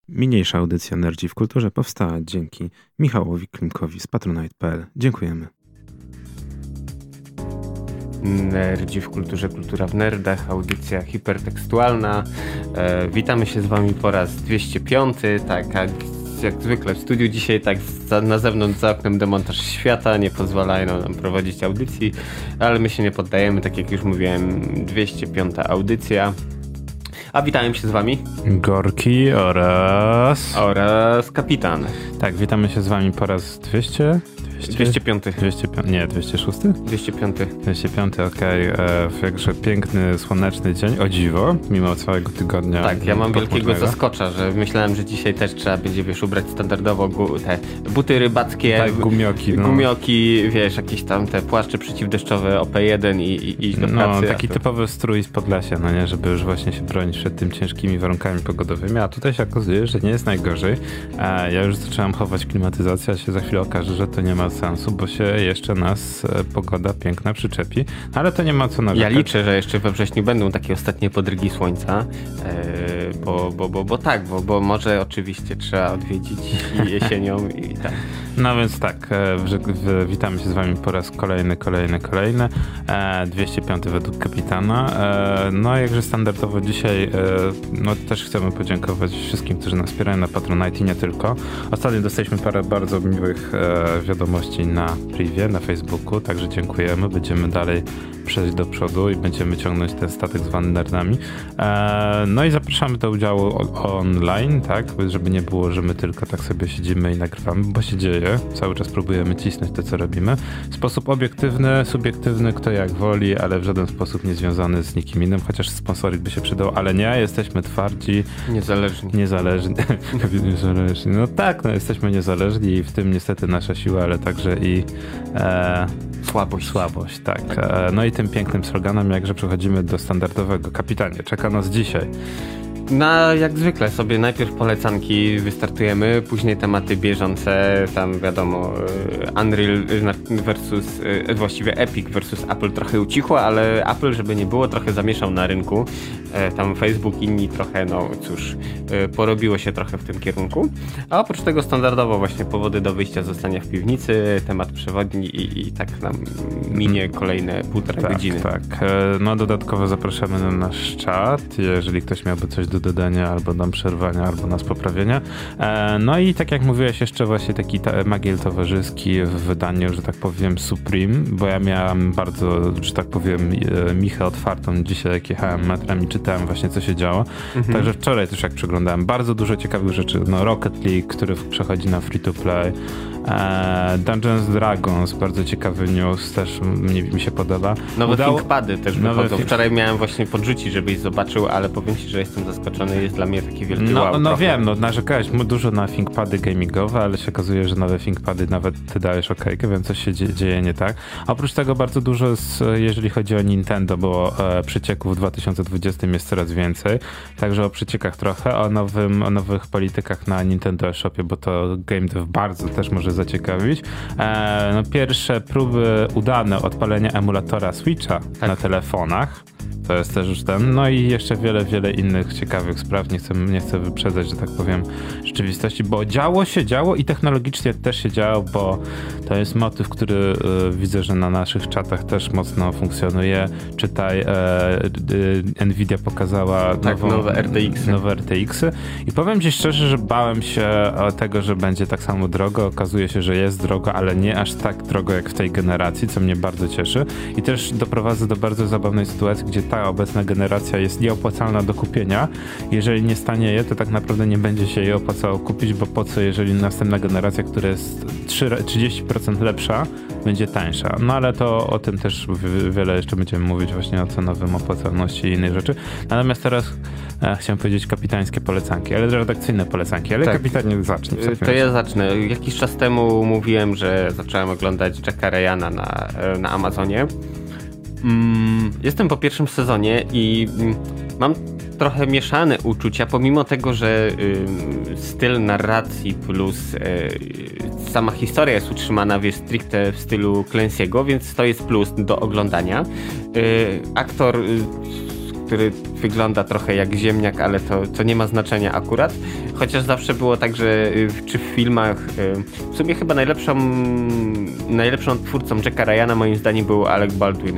Mniejsza audycja Nerdzi w Kulturze powstała dzięki Michałowi Klimkowi z Patronite.pl. Dziękujemy. Nerdzi w Kulturze, Kultura w Nerdach, audycja hipertekstualna. Witamy się z wami po raz 205. Tak, jak zwykle w studiu dzisiaj tak na zewnątrz za oknem demontaż świata, nie pozwalają nam prowadzić audycji, ale my się nie poddajemy, tak jak już mówiłem, 205 audycja. A witałem się z wami Gorki oraz Kapitan. Tak, witamy się z wami po raz 205. Nie, 206? 205, okej. W jakże piękny, słoneczny dzień, o dziwo, mimo całego tygodnia. Tak, ja mam wielkiego zaskocza, że myślałem, że dzisiaj też trzeba będzie, ubrać standardowo te buty rybackie. Tak, gumioki. Gumioki, jakieś tam te płaszcze przeciwdeszczowe OP1 i iść do pracy. Taki typowy strój z Podlasia, nie, żeby już właśnie się bronić przed tym ciężkimi warunkami pogodowymi, a tutaj się okazuje, że nie jest najgorzej. Ja już zacząłem chować klimatyzację, a się za chwilę okaże, że to nie ma sensu, bo się jeszcze nas pogoda piękna przyczepi, ale to nie ma co narzekać. Ja liczę, że jeszcze we wrześniu będą takie ostatnie podrygi słońca, bo może oczywiście trzeba odwiedzić i jesienią i tak. No więc tak, witamy się z wami po raz kolejny, 205 według kapitana. No jakże standardowo dzisiaj też chcemy podziękować wszystkim, którzy nas wspierają na Patronite i nie tylko. Ostatnio dostaliśmy parę bardzo miłych wiadomości na privie, na Facebooku, także dziękujemy. Będziemy dalej przejść do przodu i będziemy ciągnąć ten statek zwany nerdami. No i zapraszamy do udziału online, tak, żeby nie było, że my tylko tak sobie siedzimy i nagrywamy, bo się dzieje. Cały czas próbujemy cisnąć to, co robimy. W sposób obiektywny, subiektywny, kto jak woli, ale w żaden sposób nie związany z nikim innym, chociaż sponsoring by się przydał, ale nie, jesteśmy twardzi. Niezależni. No tak, jesteśmy niezależni i w tym niestety nasza siła, ale także i słabość, tak. No i tym pięknym sloganem, jakże przechodzimy do standardowego. Kapitanie, czeka nas dzisiaj. Jak zwykle sobie najpierw polecanki wystartujemy, później tematy bieżące, tam wiadomo Unreal versus, właściwie Epic versus Apple trochę ucichło, ale Apple, żeby nie było, trochę zamieszał na rynku. Tam Facebook, inni trochę, porobiło się trochę w tym kierunku. A oprócz tego standardowo właśnie powody do wyjścia zostania w piwnicy, temat przewodni i tak nam minie kolejne półtora godziny. Tak. No dodatkowo zapraszamy na nasz czat, jeżeli ktoś miałby coś do dodania, albo nam przerwania, albo nas poprawienia. No i tak jak mówiłeś, jeszcze właśnie taki magiel towarzyski w wydaniu, że tak powiem, Supreme, bo ja miałem bardzo, że tak powiem, michę otwartą dzisiaj, jak jechałem metrem i czytałem właśnie, co się działo. Także wczoraj też jak przeglądałem, bardzo dużo ciekawych rzeczy. Rocket League, który przechodzi na free to play. Dungeons Dragons, bardzo ciekawy news, też mi się podoba. Nowe ThinkPady też wychodzą. Wczoraj miałem właśnie podrzucić, żebyś zobaczył, ale powiem ci, że jestem zaskoczony, jest dla mnie taki wielki wow. No wiem, narzekałeś dużo na ThinkPady gamingowe, ale się okazuje, że nowe ThinkPady nawet ty dajesz okejkę, więc coś się dzieje nie tak. Oprócz tego bardzo dużo, jeżeli chodzi o Nintendo, bo przecieków w 2020 jest coraz więcej, także o przeciekach trochę, o nowych politykach na Nintendo Shopie, bo to game dev bardzo też może zaciekawić. Pierwsze próby udane odpalenia emulatora Switcha na telefonach. To jest też już ten. No i jeszcze wiele innych ciekawych spraw. Nie chcę wyprzedzać, że tak powiem, rzeczywistości, bo działo i technologicznie też się działo, bo to jest motyw, który widzę, że na naszych czatach też mocno funkcjonuje. Czytaj, Nvidia pokazała nowe RTX-y i powiem ci szczerze, że bałem się tego, że będzie tak samo drogo. Okazuje się, że jest drogo, ale nie aż tak drogo jak w tej generacji, co mnie bardzo cieszy i też doprowadza do bardzo zabawnej sytuacji, gdzie ta obecna generacja jest nieopłacalna do kupienia. Jeżeli nie stanieje, to tak naprawdę nie będzie się jej opłacało kupić, bo po co, jeżeli następna generacja, która jest 30% lepsza, będzie tańsza. No ale to o tym też wiele jeszcze będziemy mówić, właśnie o cenowym, opłacalności i innych rzeczy. Natomiast teraz chciałem powiedzieć kapitańskie polecanki, ale redakcyjne polecanki, ale tak. Kapitanie zacznij. To ja zacznę. Jakiś czas temu mówiłem, że zacząłem oglądać Jacka Ryana na Amazonie. Jestem po pierwszym sezonie i mam trochę mieszane uczucia, pomimo tego, że styl narracji plus sama historia jest utrzymana stricte w stylu Clancy'ego, więc to jest plus do oglądania. Aktor, który wygląda trochę jak ziemniak, ale to nie ma znaczenia akurat. chociaż zawsze było tak, że czy w filmach, w sumie chyba najlepszą twórcą Jacka Ryana moim zdaniem był Alec Baldwin.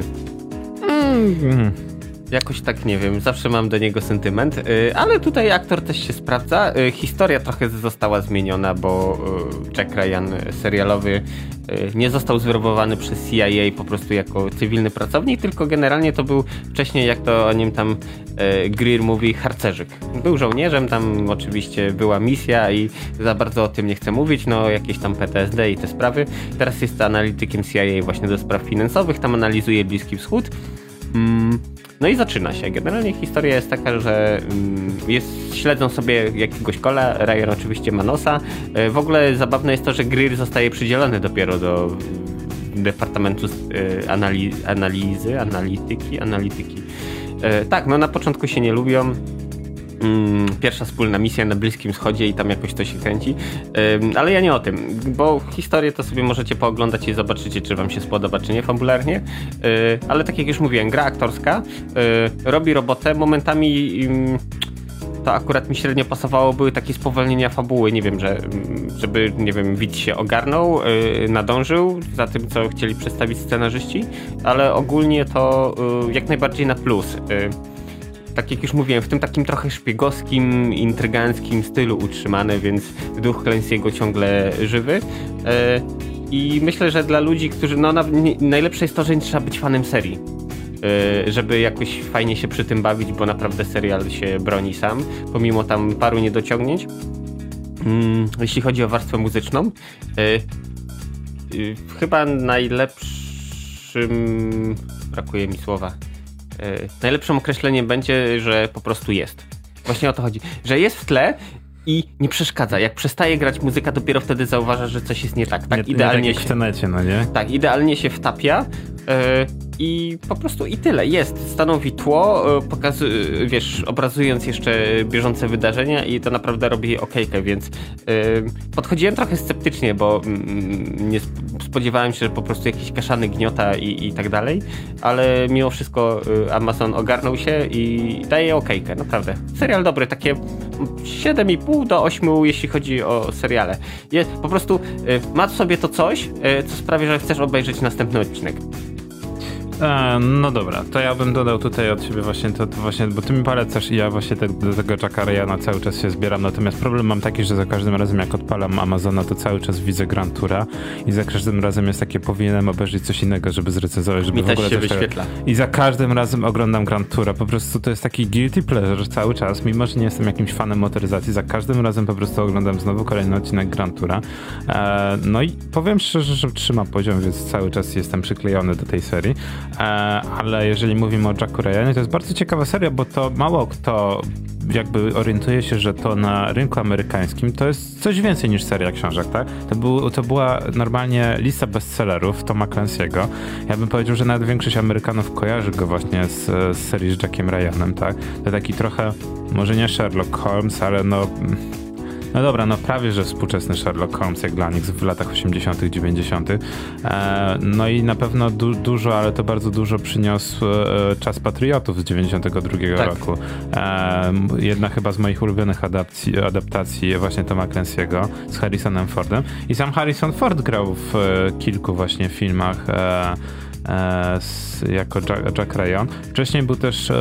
Jakoś tak, nie wiem, zawsze mam do niego sentyment, ale tutaj aktor też się sprawdza. Historia trochę została zmieniona, bo Jack Ryan serialowy nie został zwerbowany przez CIA po prostu jako cywilny pracownik, tylko generalnie to był wcześniej, jak to o nim tam Greer mówi, harcerzyk. Był żołnierzem, tam oczywiście była misja i za bardzo o tym nie chcę mówić, no jakieś tam PTSD i te sprawy. Teraz jest analitykiem CIA właśnie do spraw finansowych, tam analizuje Bliski Wschód. No i zaczyna się. Generalnie historia jest taka, że śledzą sobie jakiegoś kola, Ryan oczywiście ma nosa. W ogóle zabawne jest to, że Greer zostaje przydzielony dopiero do Departamentu Analityki. Tak, no na początku się nie lubią. Pierwsza wspólna misja na Bliskim Wschodzie i tam jakoś to się kręci. Ale ja nie o tym, bo historię to sobie możecie pooglądać i zobaczycie, czy wam się spodoba, czy nie fabularnie. Ale tak jak już mówiłem, gra aktorska robi robotę. Momentami to akurat mi średnio pasowało, były takie spowolnienia fabuły. Nie wiem, żeby, nie wiem, widz się ogarnął, nadążył za tym, co chcieli przedstawić scenarzyści, ale ogólnie to jak najbardziej na plus. Tak jak już mówiłem, w tym takim trochę szpiegowskim, intryganckim stylu utrzymane, więc duch Clancy'ego ciągle żywy. I myślę, że dla ludzi, którzy... najlepsze jest to, że nie trzeba być fanem serii, żeby jakoś fajnie się przy tym bawić, bo naprawdę serial się broni sam, pomimo tam paru niedociągnięć. Jeśli chodzi o warstwę muzyczną, chyba najlepszym... brakuje mi słowa. Najlepszym określeniem będzie, że po prostu jest. Właśnie o to chodzi. Że jest w tle i nie przeszkadza. Jak przestaje grać muzyka, dopiero wtedy zauważasz, że coś jest nie tak. Tak nie, idealnie nie tak jak w tenecie, no nie? Tak, idealnie się wtapia i po prostu i tyle. Jest. Stanowi tło, obrazując jeszcze bieżące wydarzenia i to naprawdę robi okejkę, więc podchodziłem trochę sceptycznie, bo nie spodziewałem się, że po prostu jakiś kaszany gniota i tak dalej, ale mimo wszystko Amazon ogarnął się i daje okejkę, naprawdę. Serial dobry, takie 7,5 do 8, jeśli chodzi o seriale. Po prostu ma w sobie to coś, co sprawia, że chcesz obejrzeć następny odcinek. No dobra, to ja bym dodał tutaj od siebie właśnie to właśnie, bo ty mi polecasz i ja właśnie do tego Jacka Ryana cały czas się zbieram, natomiast problem mam taki, że za każdym razem jak odpalam Amazona, to cały czas widzę Grand Toura i za każdym razem jest takie, powinienem obejrzeć coś innego, żeby zrecenzować, żeby mi w ogóle też się wyświetla. I za każdym razem oglądam Grand Toura, po prostu to jest taki guilty pleasure cały czas, mimo że nie jestem jakimś fanem motoryzacji, za każdym razem po prostu oglądam znowu kolejny odcinek Grand Toura. No i powiem szczerze, że trzyma poziom, więc cały czas jestem przyklejony do tej serii. Ale jeżeli mówimy o Jacku Ryanie, to jest bardzo ciekawa seria, bo to mało kto jakby orientuje się, że to na rynku amerykańskim to jest coś więcej niż seria książek, tak? To była normalnie lista bestsellerów Toma Clancy'ego. Ja bym powiedział, że nawet większość Amerykanów kojarzy go właśnie z serii z Jackiem Ryanem, tak? To taki trochę, może nie Sherlock Holmes, ale no dobra, prawie, że współczesny Sherlock Holmes jak dla nich w latach 80., 90. No i na pewno dużo, ale to bardzo dużo przyniósł Czas Patriotów z 92 roku. Jedna chyba z moich ulubionych adaptacji właśnie Toma Clancy'ego z Harrisonem Fordem. I sam Harrison Ford grał w kilku właśnie filmach jako Jack Ryan. Wcześniej był też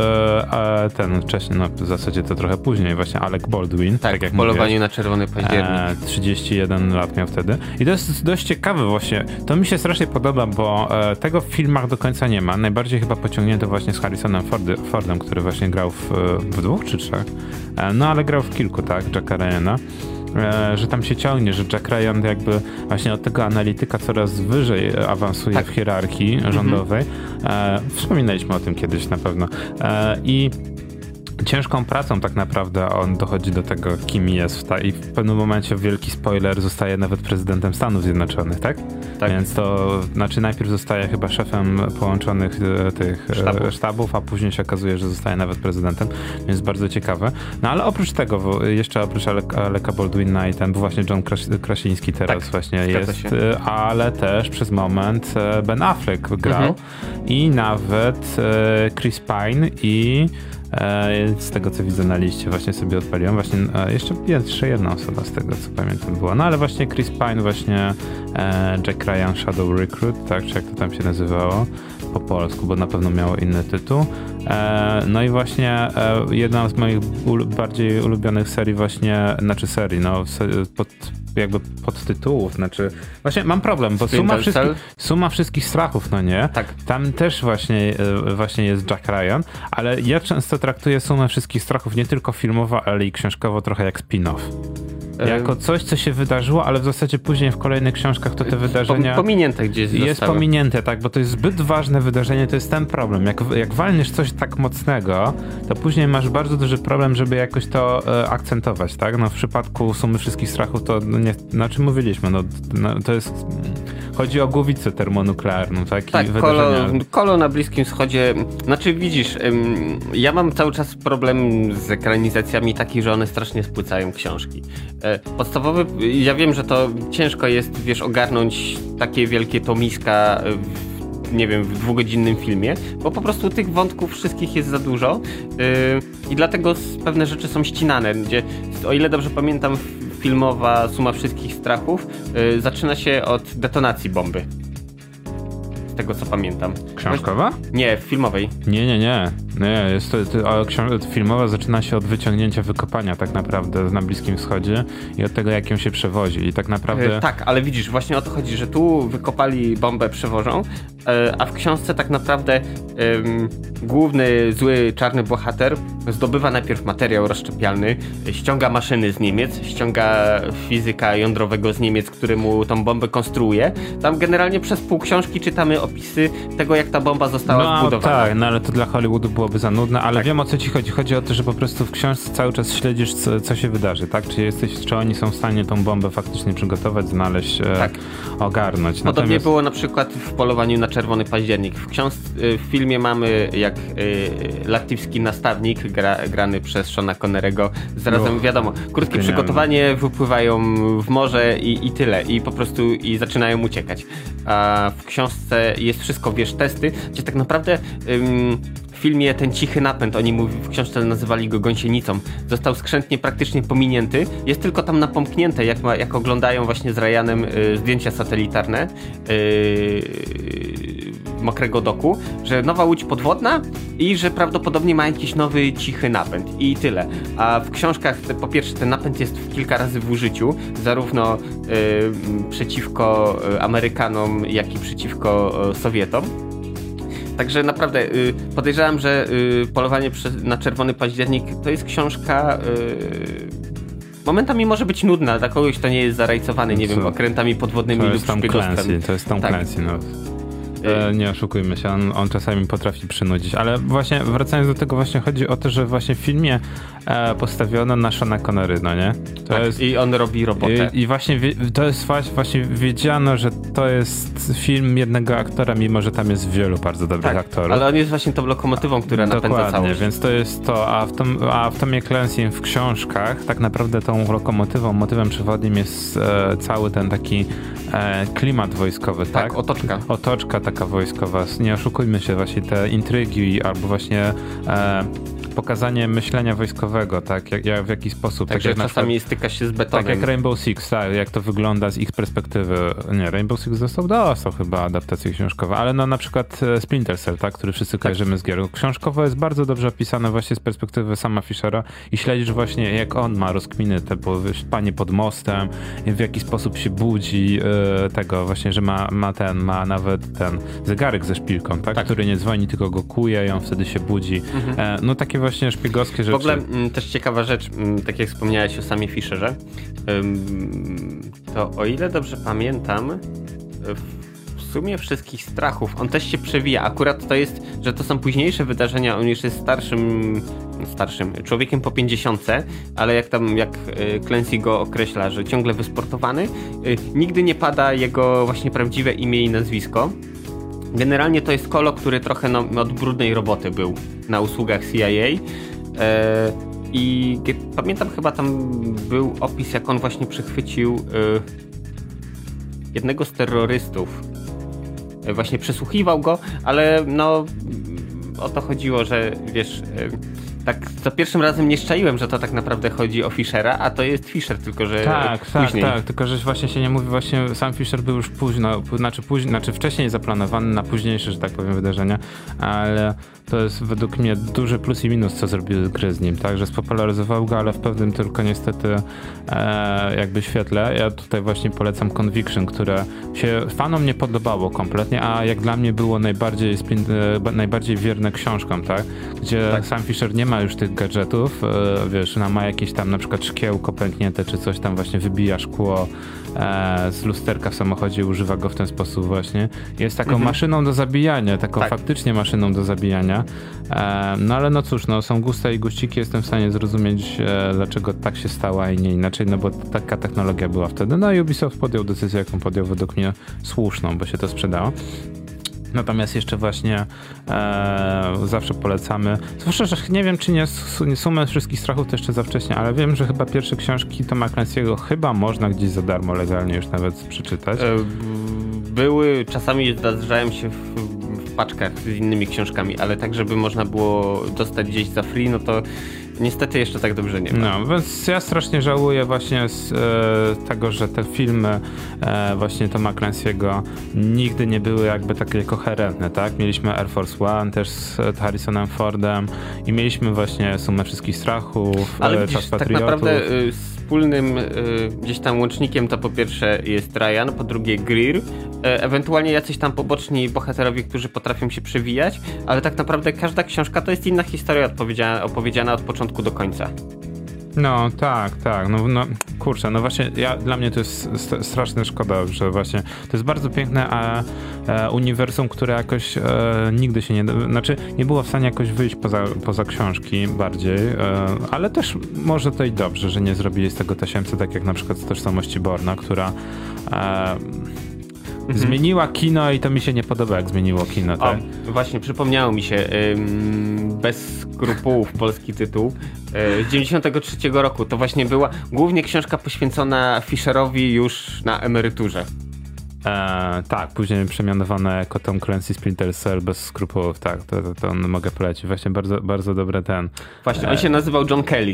w zasadzie to trochę później, właśnie Alec Baldwin. Tak jak Polowanie na Czerwony Październik. 31 lat miał wtedy. I to jest dość ciekawe właśnie. To mi się strasznie podoba, bo tego w filmach do końca nie ma. Najbardziej chyba pociągnięto właśnie z Harrisonem Fordem, który właśnie grał w 2 czy 3. No ale grał w kilku, tak, Jacka Ryana. Że tam się ciągnie, że Jack Ryan jakby właśnie od tego analityka coraz wyżej awansuje w hierarchii rządowej. Wspominaliśmy o tym kiedyś na pewno. I ciężką pracą tak naprawdę on dochodzi do tego, kim jest i w pewnym momencie, wielki spoiler, zostaje nawet prezydentem Stanów Zjednoczonych, tak? Więc to znaczy najpierw zostaje chyba szefem połączonych tych sztabów, a później się okazuje, że zostaje nawet prezydentem, więc bardzo ciekawe. No ale oprócz tego, jeszcze oprócz Aleka Baldwina i ten był właśnie John Krasiński teraz właśnie jest, ale też przez moment Ben Affleck grał i nawet Chris Pine i Z tego co widzę na liście właśnie sobie odpaliłem. Właśnie jeszcze jedna osoba z tego co pamiętam była. No ale właśnie Chris Pine, właśnie Jack Ryan Shadow Recruit, tak? Czy jak to tam się nazywało po polsku, bo na pewno miało inny tytuł. No i właśnie jedna z moich bardziej ulubionych serii właśnie, serii, jakby podtytułów, właśnie mam problem, bo suma wszystkich strachów, no nie? Tak. Tam też właśnie jest Jack Ryan, ale ja często traktuję sumę wszystkich strachów nie tylko filmowo, ale i książkowo trochę jak spin-off. Jako coś, co się wydarzyło, ale w zasadzie później w kolejnych książkach to te wydarzenia... Pominięte gdzieś jest pominięte, tak, bo to jest zbyt ważne wydarzenie, to jest ten problem. Jak walniesz coś tak mocnego, to później masz bardzo duży problem, żeby jakoś to akcentować, tak? No w przypadku sumy wszystkich strachów to, na czym mówiliśmy, to jest... Chodzi o głowicę termonuklearną, tak? Tak, kolo na Bliskim Wschodzie. Widzisz, ja mam cały czas problem z ekranizacjami taki, że one strasznie spłycają książki. Podstawowy, ja wiem, że to ciężko jest, ogarnąć takie wielkie tomiska w dwugodzinnym filmie, bo po prostu tych wątków wszystkich jest za dużo i dlatego pewne rzeczy są ścinane, gdzie, o ile dobrze pamiętam, filmowa suma wszystkich strachów zaczyna się od detonacji bomby. Z tego co pamiętam. Książkowa? Nie, filmowej. Nie. Jest filmowa zaczyna się od wyciągnięcia wykopania tak naprawdę na Bliskim Wschodzie i od tego, jak ją się przewozi. I tak naprawdę... Tak, ale widzisz, właśnie o to chodzi, że tu wykopali bombę, przewożą, a w książce tak naprawdę główny, zły, czarny bohater zdobywa najpierw materiał rozszczepialny, ściąga maszyny z Niemiec, ściąga fizyka jądrowego z Niemiec, który mu tą bombę konstruuje. Tam generalnie przez pół książki czytamy opisy tego, jak ta bomba została zbudowana. Tak, ale to dla Hollywoodu byłoby za nudne, ale tak. Wiem, o co ci chodzi. Chodzi o to, że po prostu w książce cały czas śledzisz, co się wydarzy, tak? Czy oni są w stanie tą bombę faktycznie przygotować, znaleźć, ogarnąć. Podobnie było na przykład w Polowaniu na Czerwony Październik. W filmie mamy, jak latywski nastawnik, grany przez Seana Connerego, zarazem wiadomo, krótkie przygotowanie, wypływają w morze i tyle. I po prostu zaczynają uciekać. A w książce jest wszystko, testy, gdzie tak naprawdę w filmie ten cichy napęd, oni w książce nazywali go gąsienicą, został skrzętnie praktycznie pominięty. Jest tylko tam napomknięte, jak oglądają właśnie z Ryanem zdjęcia satelitarne mokrego doku, że nowa łódź podwodna i że prawdopodobnie ma jakiś nowy cichy napęd i tyle. A w książkach po pierwsze ten napęd jest kilka razy w użyciu, zarówno przeciwko Amerykanom, jak i przeciwko Sowietom. Także naprawdę podejrzewam, że Polowanie na Czerwony Październik to jest książka momentami może być nudna, dla kogoś to nie jest zarajcowany, nie wiem, okrętami podwodnymi lub szpiegostwem. To jest Tom Clancy, no. Nie oszukujmy się, on czasami potrafi przynudzić, ale właśnie wracając do tego, właśnie chodzi o to, że właśnie w filmie postawiono na Seana Connery, no nie? I on robi robotę. I właśnie to jest właśnie wiedziano, że to jest film jednego aktora, mimo że tam jest wielu bardzo dobrych aktorów. Ale on jest właśnie tą lokomotywą, która napędza całość. Więc to jest to, a w Tomie Clancy w książkach tak naprawdę tą lokomotywą, motywem przewodnim jest cały ten taki klimat wojskowy, tak? Tak, otoczka taka wojskowa. Nie oszukujmy się, właśnie te intrygi albo właśnie pokazanie myślenia wojskowego, tak? W jaki sposób. Tak, że czasami styka się z betonem. Tak jak Rainbow Six, tak, jak to wygląda z ich perspektywy. Nie, Rainbow Six dostał chyba adaptację książkową, ale na przykład Splinter Cell, tak, który wszyscy kojarzymy z gier. Książkowo jest bardzo dobrze opisane właśnie z perspektywy Sama Fishera i śledzisz właśnie, jak on ma rozkminy, te spanie pod mostem, w jaki sposób się budzi, tego właśnie, że ma nawet ten zegarek ze szpilką, tak? Który nie dzwoni, tylko go kuje i on wtedy się budzi. No takie właśnie szpiegowskie rzeczy. W ogóle też ciekawa rzecz, tak jak wspomniałeś o Samie Fisherze, to o ile dobrze pamiętam, w sumie wszystkich strachów, on też się przewija. Akurat to jest, że to są późniejsze wydarzenia, on już jest starszym człowiekiem po 50, ale jak Clancy go określa, że ciągle wysportowany, nigdy nie pada jego właśnie prawdziwe imię i nazwisko. Generalnie to jest kolo, który trochę od brudnej roboty był na usługach CIA i pamiętam, chyba tam był opis, jak on właśnie przechwycił jednego z terrorystów. Właśnie przesłuchiwał go, ale o to chodziło, że wiesz, tak za pierwszym razem nie szczaiłem, że to tak naprawdę chodzi o Fischera, a to jest Fischer, tylko że później. Tak, tylko że właśnie się nie mówi, właśnie sam Fischer był już późno, znaczy wcześniej zaplanowany na późniejsze, że tak powiem, wydarzenia, ale to jest według mnie duży plus i minus, co zrobiły gry z nim, tak, że spopularyzował go, ale w pewnym tylko niestety jakby świetle. Ja tutaj właśnie polecam Conviction, które się fanom nie podobało kompletnie, a jak dla mnie było najbardziej wierne książkom, tak, gdzie sam Fischer nie ma już tych gadżetów, wiesz, ma jakieś tam na przykład szkiełko pęknięte, czy coś tam właśnie wybija szkło z lusterka w samochodzie, używa go w ten sposób właśnie. Jest taką maszyną do zabijania, taką faktycznie maszyną do zabijania. No ale no cóż, no są gusta i guściki, jestem w stanie zrozumieć, dlaczego tak się stało, a nie inaczej, no bo taka technologia była wtedy. No i Ubisoft podjął decyzję, jaką podjął, według mnie słuszną, bo się to sprzedało. Natomiast jeszcze właśnie zawsze polecamy, zwłaszcza, że nie wiem, czy nie sumę wszystkich strachów to jeszcze za wcześnie, ale wiem, że chyba pierwsze książki Toma Clancy'ego chyba można gdzieś za darmo legalnie już nawet przeczytać. Były, czasami zdarzałem się w paczkach z innymi książkami, ale tak, żeby można było dostać gdzieś za free, no to niestety jeszcze tak dobrze nie ma. No, więc ja strasznie żałuję właśnie z tego, że te filmy właśnie Toma Clancy'ego nigdy nie były jakby takie koherentne, tak? Mieliśmy Air Force One też z Harrisonem Fordem i mieliśmy właśnie Sumę Wszystkich Strachów, ale Czas tak Patriotów. naprawdę wspólnym gdzieś tam łącznikiem to po pierwsze jest Ryan, po drugie Greer, ewentualnie jacyś tam poboczni bohaterowie, którzy potrafią się przewijać, ale tak naprawdę każda książka to jest inna historia opowiedziana od początku do końca. No tak, no kurczę, no właśnie dla mnie to jest straszna szkoda, że właśnie to jest bardzo piękne uniwersum, które jakoś nigdy się nie było w stanie jakoś wyjść poza książki bardziej, ale też może to i dobrze, że nie zrobili z tego tasiemca, tak jak na przykład z Tożsamości Borna, która zmieniła kino i to mi się nie podoba, jak zmieniło kino. Tak? Właśnie, przypomniało mi się, Bez skrupułów, polski tytuł, z 93 roku. To właśnie była głównie książka poświęcona Fischerowi już na emeryturze. Tak, później przemianowane jako Tom Clancy Splinter Cell bez skrupułów, tak, to mogę polecić. Właśnie bardzo, bardzo dobre Właśnie, on się nazywał John Kelly.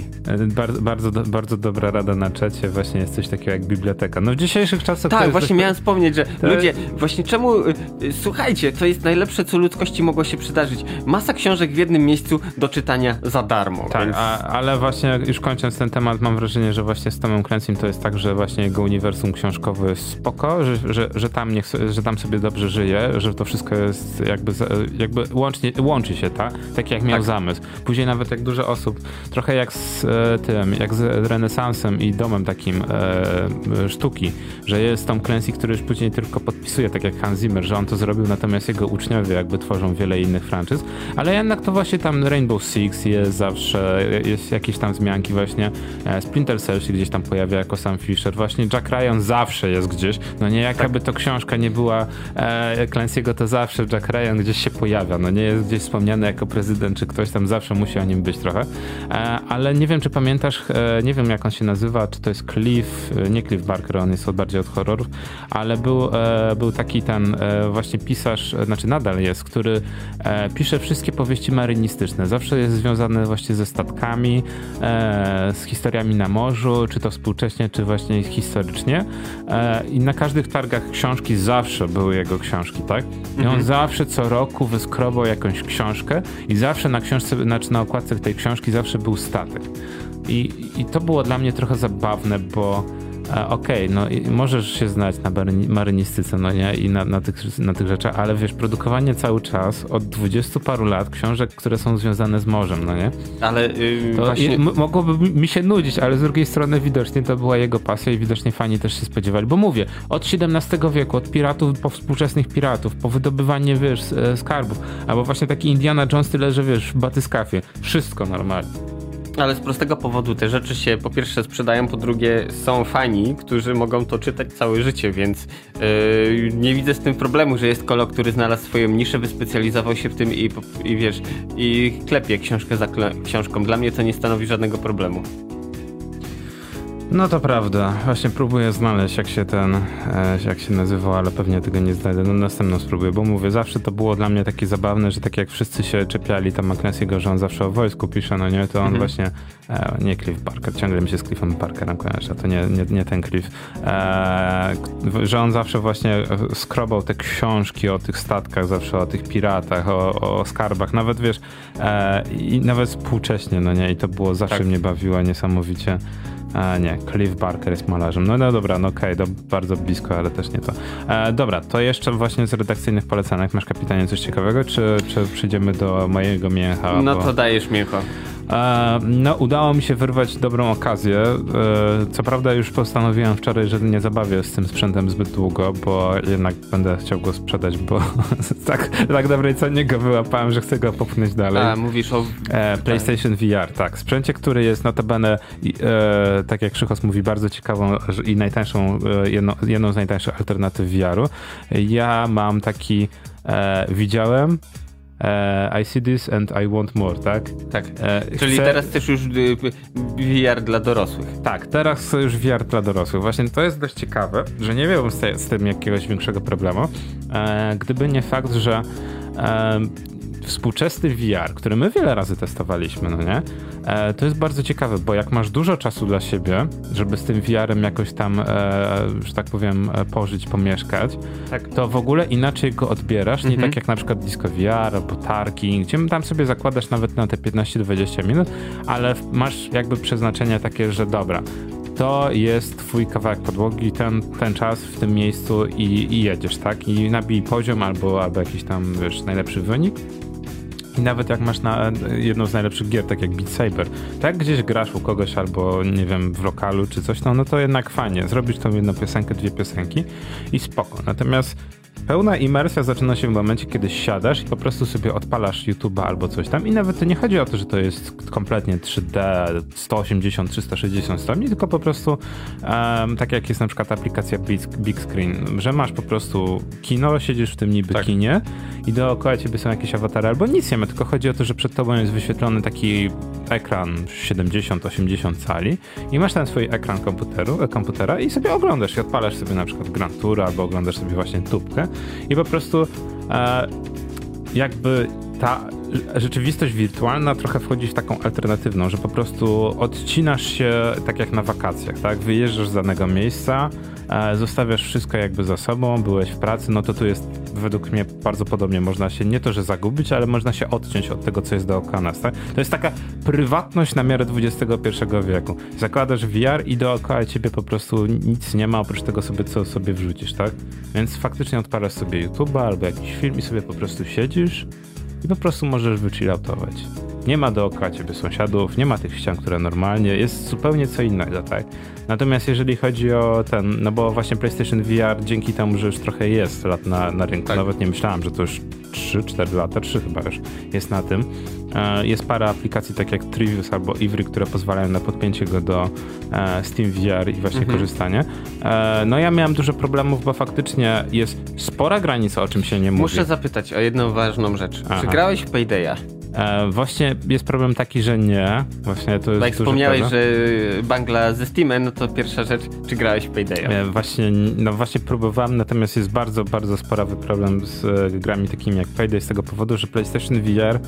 Bardzo dobra rada na czacie, właśnie jest coś takiego jak biblioteka. No w dzisiejszych czasach... Tak, właśnie miałem wspomnieć, że ludzie, właśnie czemu, słuchajcie, to jest najlepsze, co ludzkości mogło się przydarzyć. Masa książek w jednym miejscu do czytania za darmo. Tak, więc... ale właśnie już kończąc ten temat, mam wrażenie, że właśnie z Tomem Clancy'm to jest tak, że właśnie jego uniwersum książkowe jest spoko, że tam sobie dobrze żyje, że to wszystko jest jakby łączy się, tak jak miał zamysł. Później nawet jak dużo osób, trochę jak z jak z renesansem i domem takim sztuki, że jest Tom Clancy, który już później tylko podpisuje, tak jak Hans Zimmer, że on to zrobił, natomiast jego uczniowie jakby tworzą wiele innych franczyz, ale jednak to właśnie tam Rainbow Six jest zawsze, jest jakieś tam wzmianki właśnie, Splinter Cell się gdzieś tam pojawia jako sam Fischer, właśnie Jack Ryan zawsze jest gdzieś, no nie, jakaby to książka nie była Clancy'ego, to zawsze Jack Ryan gdzieś się pojawia, no nie jest gdzieś wspomniany jako prezydent, czy ktoś tam zawsze musi o nim być trochę, ale nie wiem, czy pamiętasz, nie wiem jak on się nazywa, czy to jest nie Cliff Barker, on jest bardziej od horrorów, ale był taki ten właśnie pisarz, znaczy nadal jest, który pisze wszystkie powieści marynistyczne, zawsze jest związany właśnie ze statkami, z historiami na morzu, czy to współcześnie, czy właśnie historycznie, i na każdych targach książki zawsze były jego książki, tak? I on zawsze co roku wyskrobał jakąś książkę i zawsze na książce, znaczy na okładce tej książki zawsze był statek. I to było dla mnie trochę zabawne, bo okej, no i możesz się znać na marynistyce, no nie, i na tych rzeczach, ale wiesz, produkowanie cały czas od 20 paru lat książek, które są związane z morzem, no nie? Ale to właśnie... mogłoby mi się nudzić, ale z drugiej strony widocznie to była jego pasja i widocznie fani też się spodziewali, bo mówię, od XVII wieku, od piratów po współczesnych piratów, po wydobywanie, wiesz, skarbów, albo właśnie taki Indiana Jones, tyle, że wiesz, w batyskafie, wszystko normalnie. Ale z prostego powodu te rzeczy się po pierwsze sprzedają, po drugie są fani, którzy mogą to czytać całe życie, więc nie widzę z tym problemu, że jest kolo, który znalazł swoją niszę, wyspecjalizował się w tym i wiesz, i klepie książkę za książką. Dla mnie to nie stanowi żadnego problemu. No to prawda. Właśnie próbuję znaleźć, jak się nazywał, ale pewnie tego nie znajdę. No następną spróbuję, bo mówię, zawsze to było dla mnie takie zabawne, że tak jak wszyscy się czepiali tam McClancy'ego, że on zawsze o wojsku pisze, no nie, to on właśnie, nie Cliff Barker, ciągle mi się z Cliffem Barkerem kojarzy, a to nie ten Cliff, że on zawsze właśnie skrobał te książki o tych statkach, zawsze o tych piratach, o skarbach, nawet wiesz, i nawet współcześnie, no nie, i to było zawsze mnie bawiło niesamowicie. Nie, Cliff Barker jest malarzem. No dobra, no okej, bardzo blisko, ale też nie to. Dobra, to jeszcze właśnie z redakcyjnych polecanek. Masz, kapitanie, coś ciekawego, czy przyjdziemy do mojego mięcha? No to dajesz mięcho. No, udało mi się wyrwać dobrą okazję. Co prawda już postanowiłem wczoraj, że nie zabawię z tym sprzętem zbyt długo, bo jednak będę chciał go sprzedać, bo tak dobrej cenie go wyłapałem, że chcę go popchnąć dalej. Mówisz o... PlayStation VR, tak. Sprzęcie, który jest notabene, tak jak Krzychos mówi, bardzo ciekawą i najtańszą, jedną z najtańszych alternatyw VR-u. Ja mam taki, widziałem I see this and I want more, tak? Tak. Czyli teraz też już VR dla dorosłych. Tak, teraz chcę już VR dla dorosłych. Właśnie to jest dość ciekawe, że nie miałbym z tym jakiegoś większego problemu, gdyby nie fakt, że współczesny VR, który my wiele razy testowaliśmy, no nie? To jest bardzo ciekawe, bo jak masz dużo czasu dla siebie, żeby z tym VR-em jakoś tam, że tak powiem, pożyć, pomieszkać, tak, to w ogóle inaczej go odbierasz, nie tak jak na przykład Disco VR albo Tarking, gdzie tam sobie zakładasz nawet na te 15-20 minut, ale masz jakby przeznaczenie takie, że dobra, to jest twój kawałek podłogi, ten czas w tym miejscu i jedziesz, tak? I nabij poziom albo jakiś tam, wiesz, najlepszy wynik. I nawet jak masz na jedną z najlepszych gier, tak jak Beat Saber, tak gdzieś grasz u kogoś albo, nie wiem, w lokalu czy coś, no to jednak fajnie. Zrobisz tą jedną piosenkę, 2 piosenki i spoko. Natomiast pełna imersja zaczyna się w momencie, kiedy siadasz i po prostu sobie odpalasz YouTube'a albo coś tam i nawet to nie chodzi o to, że to jest kompletnie 3D, 180, 360 stopni, tylko po prostu tak jak jest na przykład aplikacja Big Screen, że masz po prostu kino, siedzisz w tym niby kinie i dookoła ciebie są jakieś awatary albo nic nie ma, tylko chodzi o to, że przed tobą jest wyświetlony taki ekran 70-80 cali i masz ten swój ekran komputera i sobie oglądasz i odpalasz sobie na przykład Grand Tour albo oglądasz sobie właśnie tubkę i po prostu jakby ta rzeczywistość wirtualna trochę wchodzi w taką alternatywną, że po prostu odcinasz się tak jak na wakacjach, tak? Wyjeżdżasz z danego miejsca, zostawiasz wszystko jakby za sobą, byłeś w pracy, no to tu jest według mnie bardzo podobnie, można się nie to, że zagubić, ale można się odciąć od tego, co jest dookoła nas, tak? To jest taka prywatność na miarę XXI wieku. Zakładasz VR i dookoła ciebie po prostu nic nie ma, oprócz tego sobie, co sobie wrzucisz, tak? Więc faktycznie odpalasz sobie YouTube'a albo jakiś film i sobie po prostu siedzisz i po prostu możesz wychilloutować. Nie ma dookoła ciebie sąsiadów, nie ma tych ścian, które normalnie, jest zupełnie co innego, tak? Natomiast jeżeli chodzi o no bo właśnie PlayStation VR dzięki temu, że już trochę jest lat na rynku, nawet nie myślałem, że to już 3-4 lata, 3 chyba już jest na tym. Jest parę aplikacji, tak jak Trivius albo Ivry, które pozwalają na podpięcie go do Steam VR i właśnie korzystanie. No ja miałem dużo problemów, bo faktycznie jest spora granica, o czym się nie mówi. Muszę zapytać o jedną ważną rzecz. Czy grałeś w Paydaya? Właśnie jest problem taki, że nie. Właśnie to jest jak wspomniałeś, że bangla ze Steamem, no to pierwsza rzecz, czy grałeś w Paydaya? Właśnie próbowałem, natomiast jest bardzo, bardzo spory problem z grami takimi jak Payday z tego powodu, że PlayStation VR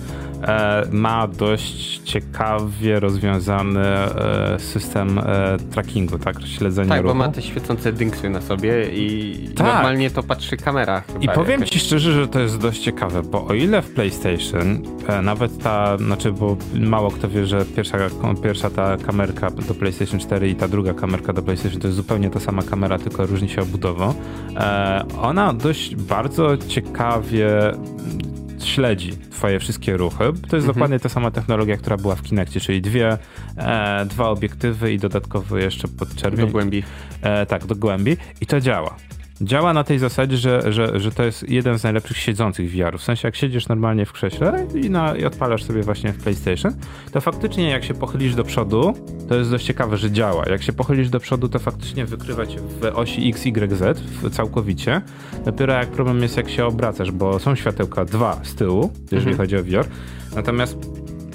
ma dość ciekawie rozwiązany system trackingu, tak? Śledzenia ruchu. Bo ma te świecące dynksy na sobie i normalnie to patrzy kamera. I powiem ci szczerze, że to jest dość ciekawe, bo o ile w PlayStation nawet bo mało kto wie, że pierwsza ta kamerka do PlayStation 4 i ta druga kamerka do PlayStation to jest zupełnie ta sama kamera, tylko różni się obudową. Ona dość bardzo ciekawie śledzi twoje wszystkie ruchy. To jest dokładnie ta sama technologia, która była w Kinectie, czyli dwa obiektywy i dodatkowo jeszcze podczerwień. Do głębi. Tak, do głębi. I to działa. Działa na tej zasadzie, że to jest jeden z najlepszych siedzących VR-ów. W sensie jak siedzisz normalnie w krześle i odpalasz sobie właśnie w PlayStation, to faktycznie jak się pochylisz do przodu, to jest dość ciekawe, że działa. Jak się pochylisz do przodu, to faktycznie wykrywa cię w osi X, Y, Z całkowicie. Dopiero jak problem jest, jak się obracasz, bo są światełka 2 z tyłu, jeżeli chodzi o VR. Natomiast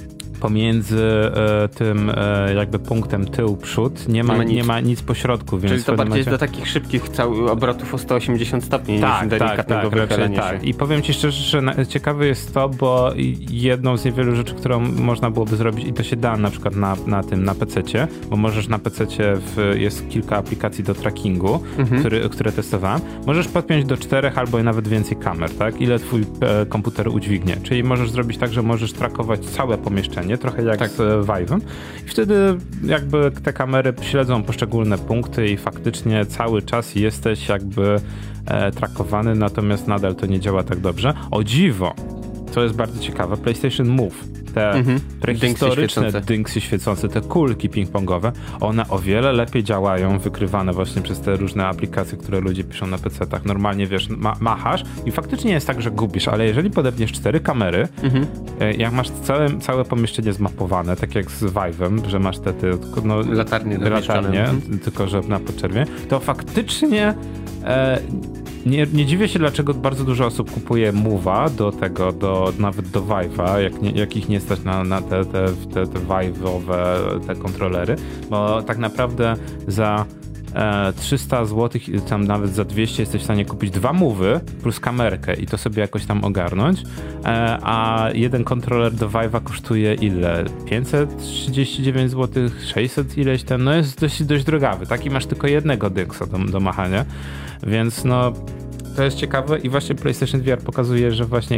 pomiędzy tym jakby punktem tył-przód nie ma nic pośrodku. Więc czyli to bardziej jest do takich szybkich obrotów o 180 stopni niż delikatnego wychylania się. I powiem ci szczerze, że ciekawe jest to, bo jedną z niewielu rzeczy, którą można byłoby zrobić i to się da na przykład na PC-cie, bo możesz na PC-cie jest kilka aplikacji do trackingu, które testowałem. Możesz podpiąć do 4 albo nawet więcej kamer, tak? Ile twój komputer udźwignie. Czyli możesz zrobić tak, że możesz trackować całe pomieszczenie, trochę jak z Vive'em. I wtedy jakby te kamery śledzą poszczególne punkty i faktycznie cały czas jesteś jakby trackowany, natomiast nadal to nie działa tak dobrze. O dziwo, to jest bardzo ciekawe, PlayStation Move, te prehistoryczne dynksy świecące, te kulki ping-pongowe, one o wiele lepiej działają, wykrywane właśnie przez te różne aplikacje, które ludzie piszą na PC-tach. Normalnie wiesz, machasz i faktycznie jest tak, że gubisz, ale jeżeli podepniesz 4 kamery, jak masz całe pomieszczenie zmapowane, tak jak z Vive'em, że masz te latarnie, tylko że na podczerwień, to faktycznie nie dziwię się, dlaczego bardzo dużo osób kupuje Move'a nawet do Vive'a, jak ich nie stać na te Vive'owe te kontrolery, bo tak naprawdę za 300 zł, tam nawet za 200 jesteś w stanie kupić 2 Move'y plus kamerkę i to sobie jakoś tam ogarnąć, a jeden kontroler do Vive'a kosztuje ile? 539 zł, 600 ileś tam, no jest dość drogawy, tak? I masz tylko jednego dynksa do machania, więc no to jest ciekawe i właśnie PlayStation VR pokazuje, że właśnie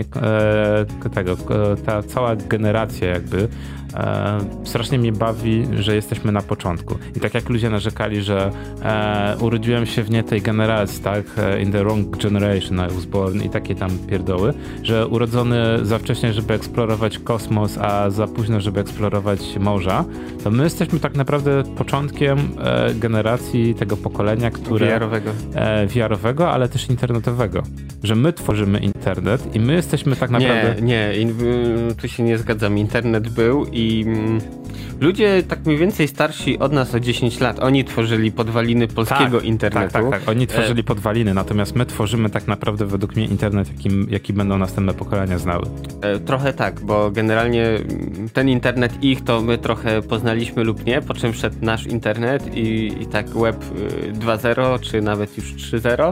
ta cała generacja jakby strasznie mnie bawi, że jesteśmy na początku. I tak jak ludzie narzekali, że urodziłem się w nie tej generacji, tak? In the wrong generation I was born i takie tam pierdoły, że urodzony za wcześnie, żeby eksplorować kosmos, a za późno, żeby eksplorować morza, to my jesteśmy tak naprawdę początkiem generacji tego pokolenia, które VR-owego, ale też internetowego. Że my tworzymy internet i my jesteśmy tak naprawdę... Tu się nie zgadzam. Internet był i ludzie tak mniej więcej starsi od nas o 10 lat, oni tworzyli podwaliny polskiego internetu. Tak. Oni tworzyli podwaliny, natomiast my tworzymy tak naprawdę według mnie internet, jaki będą następne pokolenia znały. Trochę tak, bo generalnie ten internet to my trochę poznaliśmy lub nie, po czym wszedł nasz internet i tak web 2.0, czy nawet już 3.0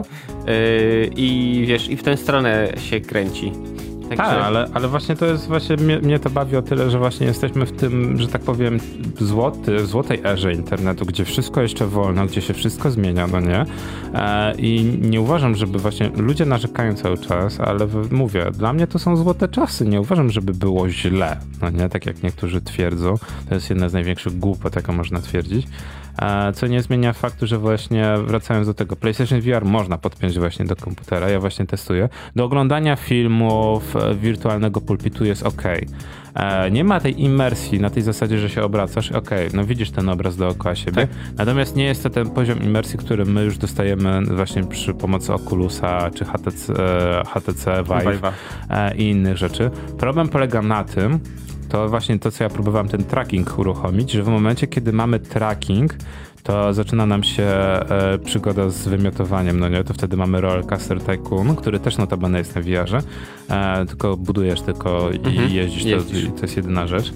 i wiesz, i w tę stronę się kręci. Tak, ale właśnie to jest, mnie to bawi o tyle, że właśnie jesteśmy w tym, że tak powiem, złotej erze internetu, gdzie wszystko jeszcze wolno, gdzie się wszystko zmienia, no nie? I nie uważam, żeby właśnie, ludzie narzekają cały czas, ale mówię, dla mnie to są złote czasy, nie uważam, żeby było źle, no nie? Tak jak niektórzy twierdzą, to jest jedna z największych głupot, jaką można twierdzić. Co nie zmienia faktu, że właśnie wracając do tego, PlayStation VR można podpiąć właśnie do komputera, ja właśnie testuję. Do oglądania filmów, wirtualnego pulpitu jest ok. Nie ma tej imersji na tej zasadzie, że się obracasz, no widzisz ten obraz dookoła siebie, tak. Natomiast nie jest to ten poziom imersji, który my już dostajemy właśnie przy pomocy Oculusa, czy HTC Vive i innych rzeczy. Problem polega na tym, to właśnie to, co ja próbowałem ten tracking uruchomić, że w momencie, kiedy mamy tracking, to zaczyna nam się przygoda z wymiotowaniem, no nie? To wtedy mamy Rollercoaster Tycoon, który też notabene jest na VR-ze, tylko budujesz i jeździsz. To jest jedyna rzecz.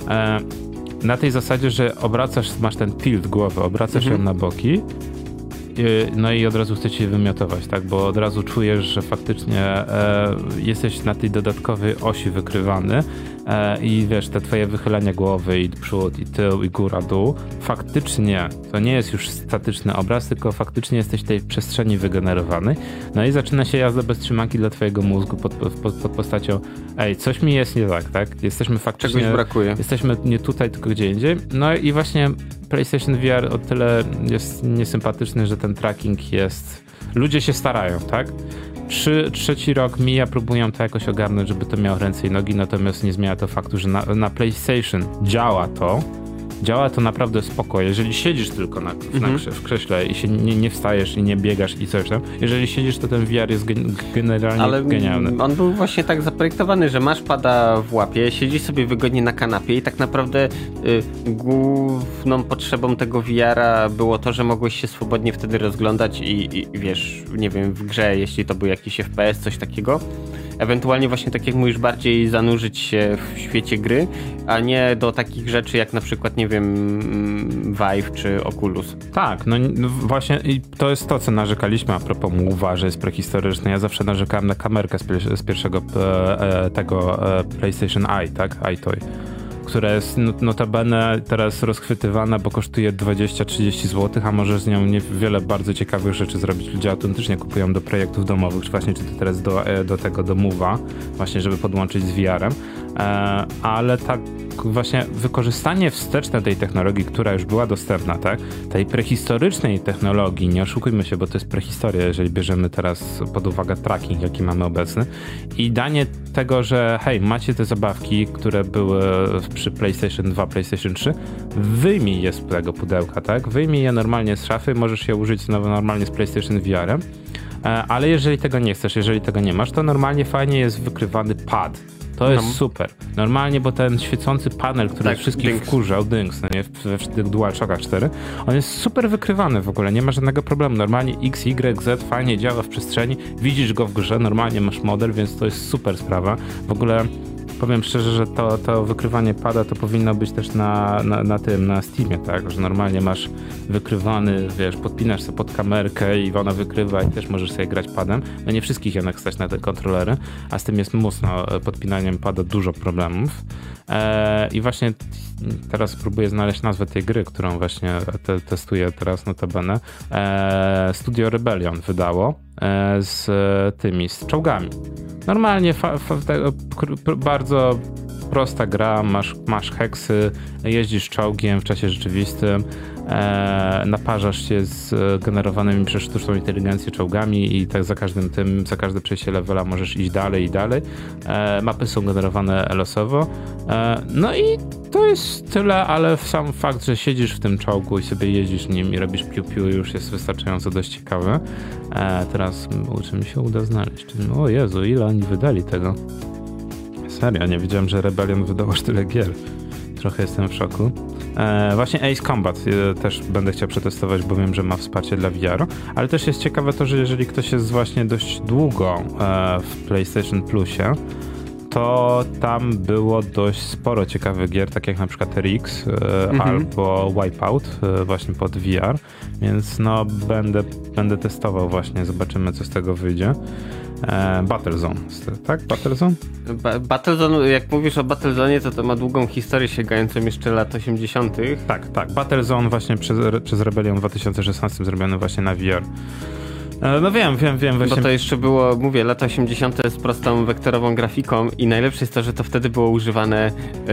Na tej zasadzie, że masz ten tilt głowy, obracasz ją na boki, no i od razu chce cię wymiotować, tak? Bo od razu czujesz, że faktycznie jesteś na tej dodatkowej osi wykrywany i wiesz, te twoje wychylenia głowy i przód, i tył, i góra, dół, faktycznie to nie jest już statyczny obraz, tylko faktycznie jesteś w tej przestrzeni wygenerowanej. No i zaczyna się jazda bez trzymanki dla twojego mózgu pod postacią coś mi jest nie tak? Jesteśmy faktycznie... Czegoś brakuje. Jesteśmy nie tutaj, tylko gdzie indziej. No i właśnie PlayStation VR o tyle jest niesympatyczny, że ten tracking jest... Ludzie się starają, tak? Trzeci rok mija, próbują to jakoś ogarnąć, żeby to miało ręce i nogi, natomiast nie zmienia to faktu, że na PlayStation działa to naprawdę spoko. Jeżeli siedzisz tylko w krześle i się nie wstajesz i nie biegasz i coś tam, jeżeli siedzisz, to ten VR jest generalnie genialny. On był właśnie tak zaprojektowany, że masz pada w łapie, siedzisz sobie wygodnie na kanapie i tak naprawdę główną potrzebą tego VR-a było to, że mogłeś się swobodnie wtedy rozglądać i wiesz, nie wiem, w grze, jeśli to był jakiś FPS, coś takiego, ewentualnie właśnie tak jak mówisz, bardziej zanurzyć się w świecie gry, a nie do takich rzeczy jak na przykład, nie wiem, Vive czy Oculus. Tak, no właśnie i to jest to, co narzekaliśmy a propos Move'a, że jest prehistoryczny. Ja zawsze narzekałem na kamerkę z pierwszego tego PlayStation Eye, tak? iToy, która jest notabene teraz rozchwytywana, bo kosztuje 20-30 zł, a możesz z nią wiele bardzo ciekawych rzeczy zrobić. Ludzie autentycznie kupują do projektów domowych, czy właśnie czy to teraz do Move'a, właśnie żeby podłączyć z VR-em, ale tak właśnie wykorzystanie wsteczne tej technologii, która już była dostępna, tak? Tej prehistorycznej technologii, nie oszukujmy się, bo to jest prehistoria, jeżeli bierzemy teraz pod uwagę tracking, jaki mamy obecny, i danie tego, że hej, macie te zabawki, które były przy PlayStation 2, PlayStation 3, wyjmij je z tego pudełka, tak? Wyjmij je normalnie z szafy, możesz je użyć normalnie z PlayStation VR-em, ale jeżeli tego nie chcesz, jeżeli tego nie masz, to normalnie fajnie jest wykrywany pad. To jest super. Normalnie, bo ten świecący panel, który tak, wszystkich wkurzał, Dynks, no nie, we tych DualShockach 4, on jest super wykrywany w ogóle, nie ma żadnego problemu. Normalnie X, Y, Z fajnie działa w przestrzeni, widzisz go w grze, normalnie masz model, więc to jest super sprawa. W ogóle powiem szczerze, że to wykrywanie pada to powinno być też na Steamie, tak? Że normalnie masz wykrywany, wiesz, podpinasz sobie pod kamerkę i ona wykrywa i też możesz sobie grać padem. No nie wszystkich jednak stać na te kontrolery, a z tym jest mocno podpinaniem pada dużo problemów. I właśnie teraz próbuję znaleźć nazwę tej gry, którą właśnie testuję teraz notabene. Studio Rebellion wydało z czołgami. Normalnie bardzo prosta gra, masz heksy, jeździsz czołgiem w czasie rzeczywistym, naparzasz się z generowanymi przez sztuczną inteligencję czołgami i tak za każde przejście levela możesz iść dalej i dalej. Mapy są generowane losowo. No i to jest tyle, ale sam fakt, że siedzisz w tym czołgu i sobie jeździsz nim i robisz piu-piu już jest wystarczająco dość ciekawy. Teraz czy mi się uda znaleźć? O Jezu, ile oni wydali tego? Serio, nie wiedziałem, że Rebellion wydał aż tyle gier. Trochę jestem w szoku. Właśnie Ace Combat też będę chciał przetestować, bo wiem, że ma wsparcie dla VR-u, ale też jest ciekawe to, że jeżeli ktoś jest właśnie dość długo w PlayStation Plusie, to tam było dość sporo ciekawych gier, tak jak na przykład RX albo Wipeout właśnie pod VR, więc no będę testował właśnie, zobaczymy co z tego wyjdzie. Battlezone, tak? Battlezone? Battlezone, jak mówisz o Battlezone, to ma długą historię sięgającą jeszcze lat 80. Tak. Battlezone właśnie przez Rebellion w 2016 zrobiony właśnie na VR. No wiem. Właśnie. Bo to jeszcze było, mówię, lata 80. z prostą wektorową grafiką i najlepsze jest to, że to wtedy było używane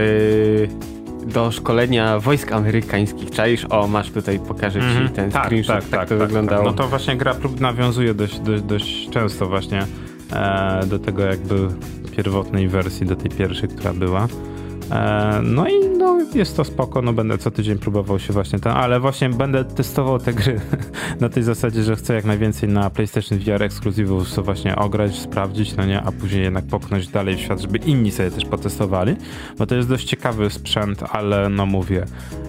do szkolenia wojsk amerykańskich. Czaisz? O, masz tutaj, pokażę ci ten screenshot, tak to wyglądało. No to właśnie gra nawiązuje dość często właśnie do tego jakby pierwotnej wersji, do tej pierwszej, która była. No i jest to spoko, będę co tydzień próbował się właśnie ale właśnie będę testował te gry na tej zasadzie, że chcę jak najwięcej na PlayStation VR ekskluzywów co właśnie ograć, sprawdzić, no nie, a później jednak popchnąć dalej w świat, żeby inni sobie też potestowali, bo to jest dość ciekawy sprzęt, ale mówię,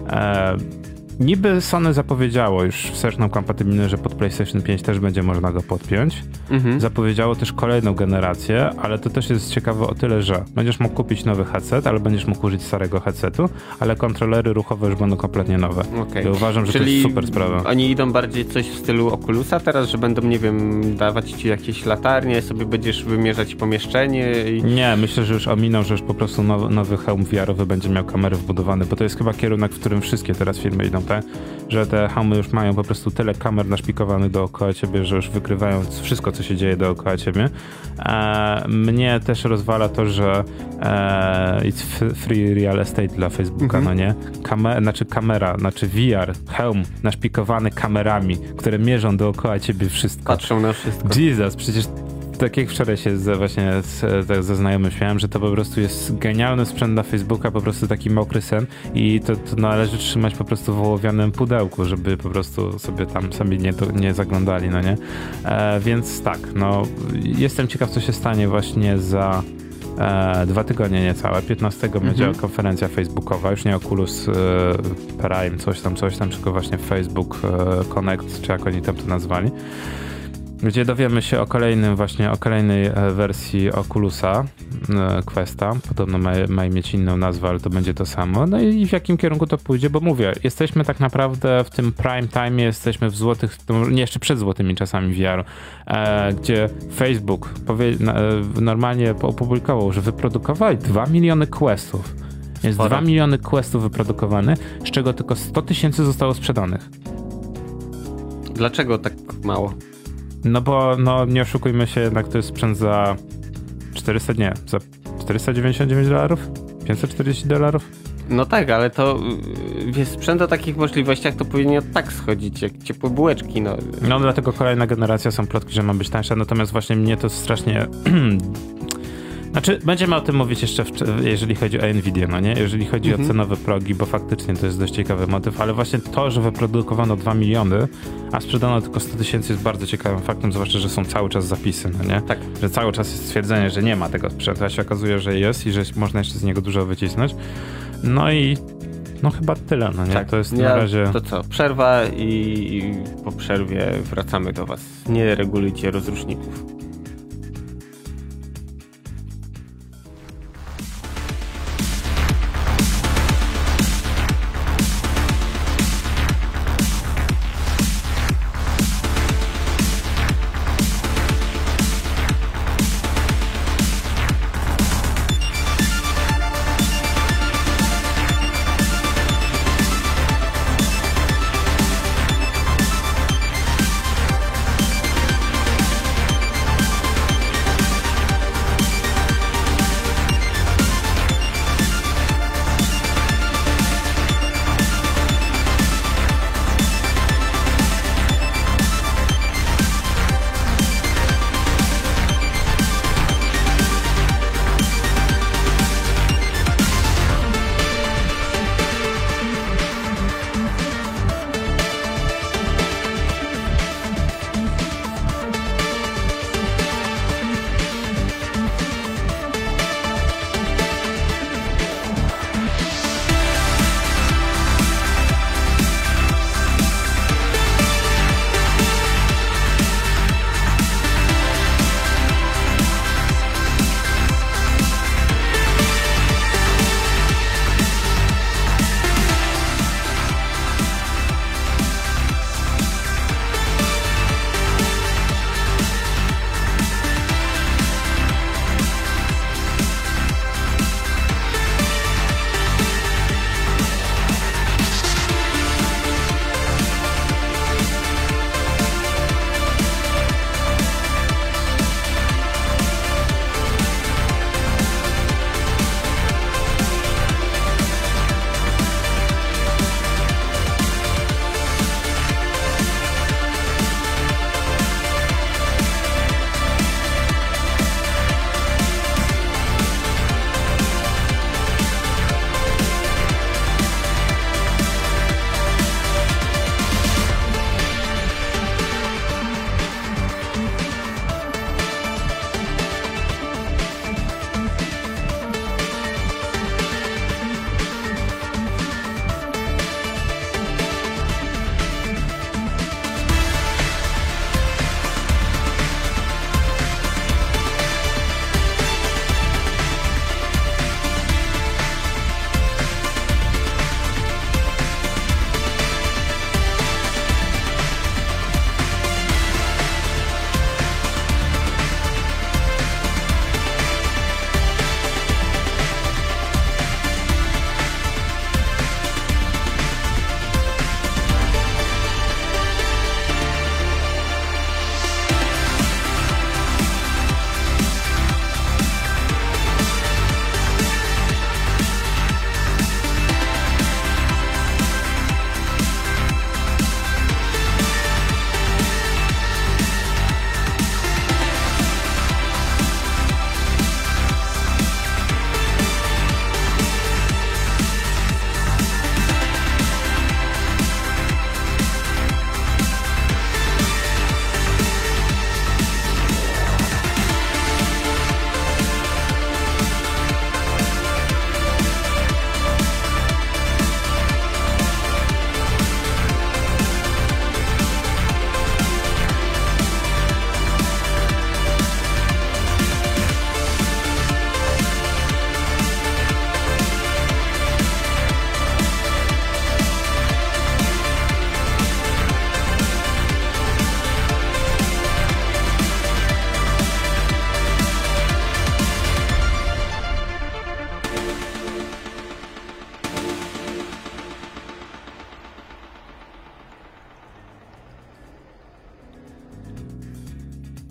niby Sony zapowiedziało już wsteczną kompatybilność, że pod PlayStation 5 też będzie można go podpiąć. Zapowiedziało też kolejną generację, ale to też jest ciekawe o tyle, że będziesz mógł kupić nowy headset, ale będziesz mógł użyć starego headsetu, ale kontrolery ruchowe już będą kompletnie nowe. Okay. Ja uważam, że to jest super sprawa. Oni idą bardziej coś w stylu Oculusa teraz, że będą, nie wiem, dawać ci jakieś latarnie, sobie będziesz wymierzać pomieszczenie i... Nie, myślę, że już ominął, że już po prostu nowy hełm VR-owy będzie miał kamery wbudowane, bo to jest chyba kierunek, w którym wszystkie teraz firmy idą, że te hełmy już mają po prostu tyle kamer naszpikowanych dookoła ciebie, że już wykrywają wszystko, co się dzieje dookoła ciebie. Mnie też rozwala to, że it's free real estate dla Facebooka, no nie? Znaczy VR, hełm naszpikowany kamerami, które mierzą dookoła ciebie wszystko. Patrzą na wszystko. Jesus, przecież tak jak wczoraj się właśnie ze znajomym śmiałem, że to po prostu jest genialny sprzęt dla Facebooka, po prostu taki mokry sen i to należy trzymać po prostu w ołowianym pudełku, żeby po prostu sobie tam sami nie zaglądali, no nie? Więc tak, jestem ciekaw, co się stanie właśnie za 2 tygodnie niecałe. 15 będzie konferencja facebookowa, już nie Oculus Prime, coś tam, tylko właśnie Facebook Connect, czy jak oni tam to nazwali. gdzie dowiemy się o kolejnej wersji Oculusa Questa. Podobno ma mieć inną nazwę, ale to będzie to samo. No i w jakim kierunku to pójdzie, bo mówię, jesteśmy tak naprawdę w tym prime time, jesteśmy w złotych, nie, jeszcze przed złotymi czasami VR, gdzie Facebook normalnie opublikował, że wyprodukowali 2 miliony questów. Jest Sporo. 2 miliony questów wyprodukowane, z czego tylko 100 000 zostało sprzedanych. Dlaczego tak mało? No bo nie oszukujmy się, jednak to jest sprzęt za za $499? $540? No tak, ale to wiesz, sprzęt o takich możliwościach to powinien tak schodzić, jak ciepłe bułeczki, no. No dlatego kolejna generacja, są plotki, że ma być tańsza, natomiast właśnie mnie to strasznie... Znaczy, będziemy o tym mówić jeszcze, jeżeli chodzi o Nvidia, no nie? Jeżeli chodzi o cenowe progi, bo faktycznie to jest dość ciekawy motyw, ale właśnie to, że wyprodukowano 2 miliony, a sprzedano tylko 100 000 jest bardzo ciekawym faktem, zwłaszcza, że są cały czas zapisy, no nie? Tak. Że cały czas jest stwierdzenie, że nie ma tego sprzętu, a się okazuje, że jest i że można jeszcze z niego dużo wycisnąć. No i chyba tyle, no nie? Tak. To jest na razie... To co, przerwa i po przerwie wracamy do was. Nie regulujcie rozruszników.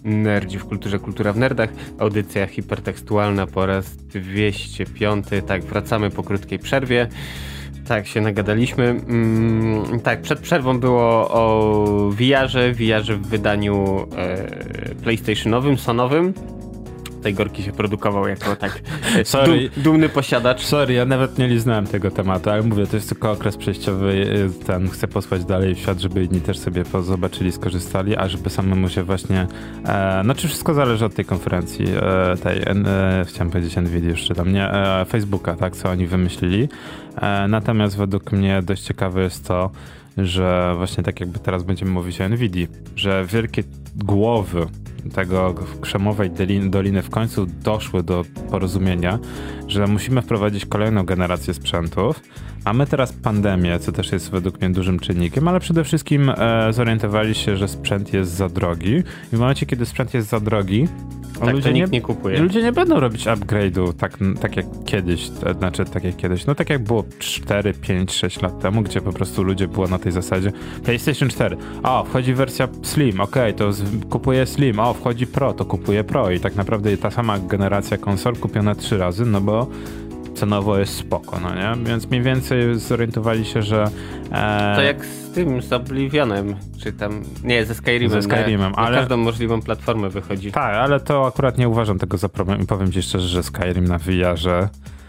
Nerdzi w kulturze, kultura w nerdach. Audycja hipertekstualna po raz 205. Tak, wracamy po krótkiej przerwie. Tak, się nagadaliśmy. Tak, przed przerwą było o VR-ze w wydaniu PlayStationowym, Sonowym. Tej Gorki się produkował jako tak dumny posiadacz. Sorry, ja nawet nie liznąłem tego tematu, ale mówię, to jest tylko okres przejściowy, chcę posłać dalej w świat, żeby inni też sobie zobaczyli, skorzystali, a żeby samemu się właśnie, znaczy wszystko zależy od tej konferencji, chciałem powiedzieć Nvidia już czytam, nie, Facebooka, tak, co oni wymyślili, natomiast według mnie dość ciekawe jest to, że właśnie tak jakby teraz będziemy mówić o Nvidii, że wielkie głowy tego krzemowej doliny w końcu doszły do porozumienia, że musimy wprowadzić kolejną generację sprzętów. Mamy teraz pandemię, co też jest według mnie dużym czynnikiem, ale przede wszystkim zorientowali się, że sprzęt jest za drogi i w momencie, kiedy sprzęt jest za drogi, tak, ludzie nikt nie kupuje. Ludzie nie będą robić upgrade'u tak jak kiedyś, no tak jak było 4, 5, 6 lat temu, gdzie po prostu ludzie było na tej zasadzie PlayStation 4, wchodzi wersja Slim, to kupuję Slim, wchodzi Pro, to kupuję Pro i tak naprawdę ta sama generacja konsol kupiona 3 razy, no bo cenowo jest spoko, no nie? Więc mniej więcej zorientowali się, że... To jak z tym, z Oblivionem, czy tam... Nie, ze Skyrimem. Ale... Na każdą możliwą platformę wychodzi. Tak, ale to akurat nie uważam tego za problem i powiem ci szczerze, że Skyrim na VR-ze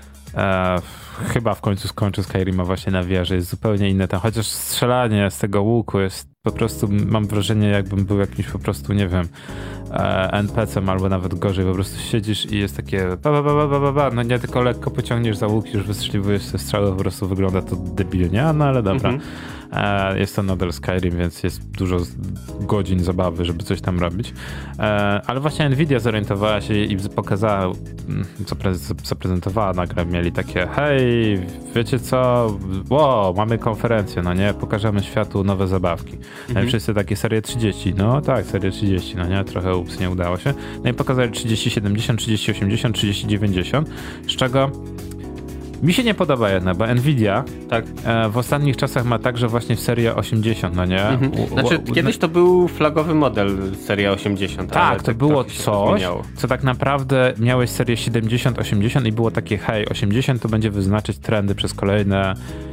chyba w końcu skończę Skyrima właśnie na VR-ze, jest zupełnie inne tam, chociaż strzelanie z tego łuku jest po prostu, mam wrażenie, jakbym był jakimś po prostu, nie wiem, NPC-em albo nawet gorzej, po prostu siedzisz i jest takie no nie, tylko lekko pociągniesz za łuk, już wystrzeliwujesz te strzały, po prostu wygląda to debilnie, no ale dobra. Jest to nadal Skyrim, więc jest dużo godzin zabawy, żeby coś tam robić. Ale właśnie Nvidia zorientowała się i pokazała, zaprezentowała nagle, mieli takie, hej, wiecie co, mamy konferencję, no nie, pokażemy światu nowe zabawki. No i wszyscy takie serie 30, no tak, serie 30, no nie, trochę nie udało się. No i pokazali 3070, 3080, 3090, z czego mi się nie podoba jedna, bo Nvidia w ostatnich czasach ma tak, że właśnie w serii 80, no nie? Znaczy, kiedyś to był flagowy model seria 80. Tak, ale to było coś, co tak naprawdę miałeś serię 70, 80 i było takie, hej, 80 to będzie wyznaczyć trendy przez kolejne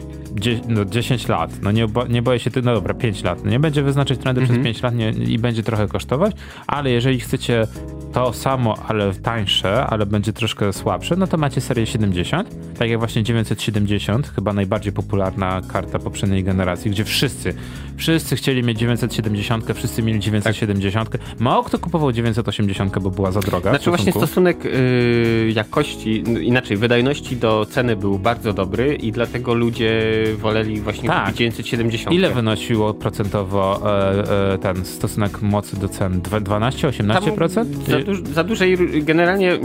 10 lat. No nie boję się, no dobra, 5 lat. Nie będzie wyznaczyć trendy przez 5 lat i będzie trochę kosztować, ale jeżeli chcecie to samo, ale tańsze, ale będzie troszkę słabsze, no to macie serię 70, tak jak właśnie 970, chyba najbardziej popularna karta poprzedniej generacji, gdzie wszyscy chcieli mieć 970, wszyscy mieli 970. Mało kto kupował 980, bo była za droga. Znaczy właśnie stosunek jakości, inaczej, wydajności do ceny był bardzo dobry i dlatego ludzie woleli właśnie kupić 970. Ile wynosiło procentowo ten stosunek mocy do cen? 12-18%? Za dużej, generalnie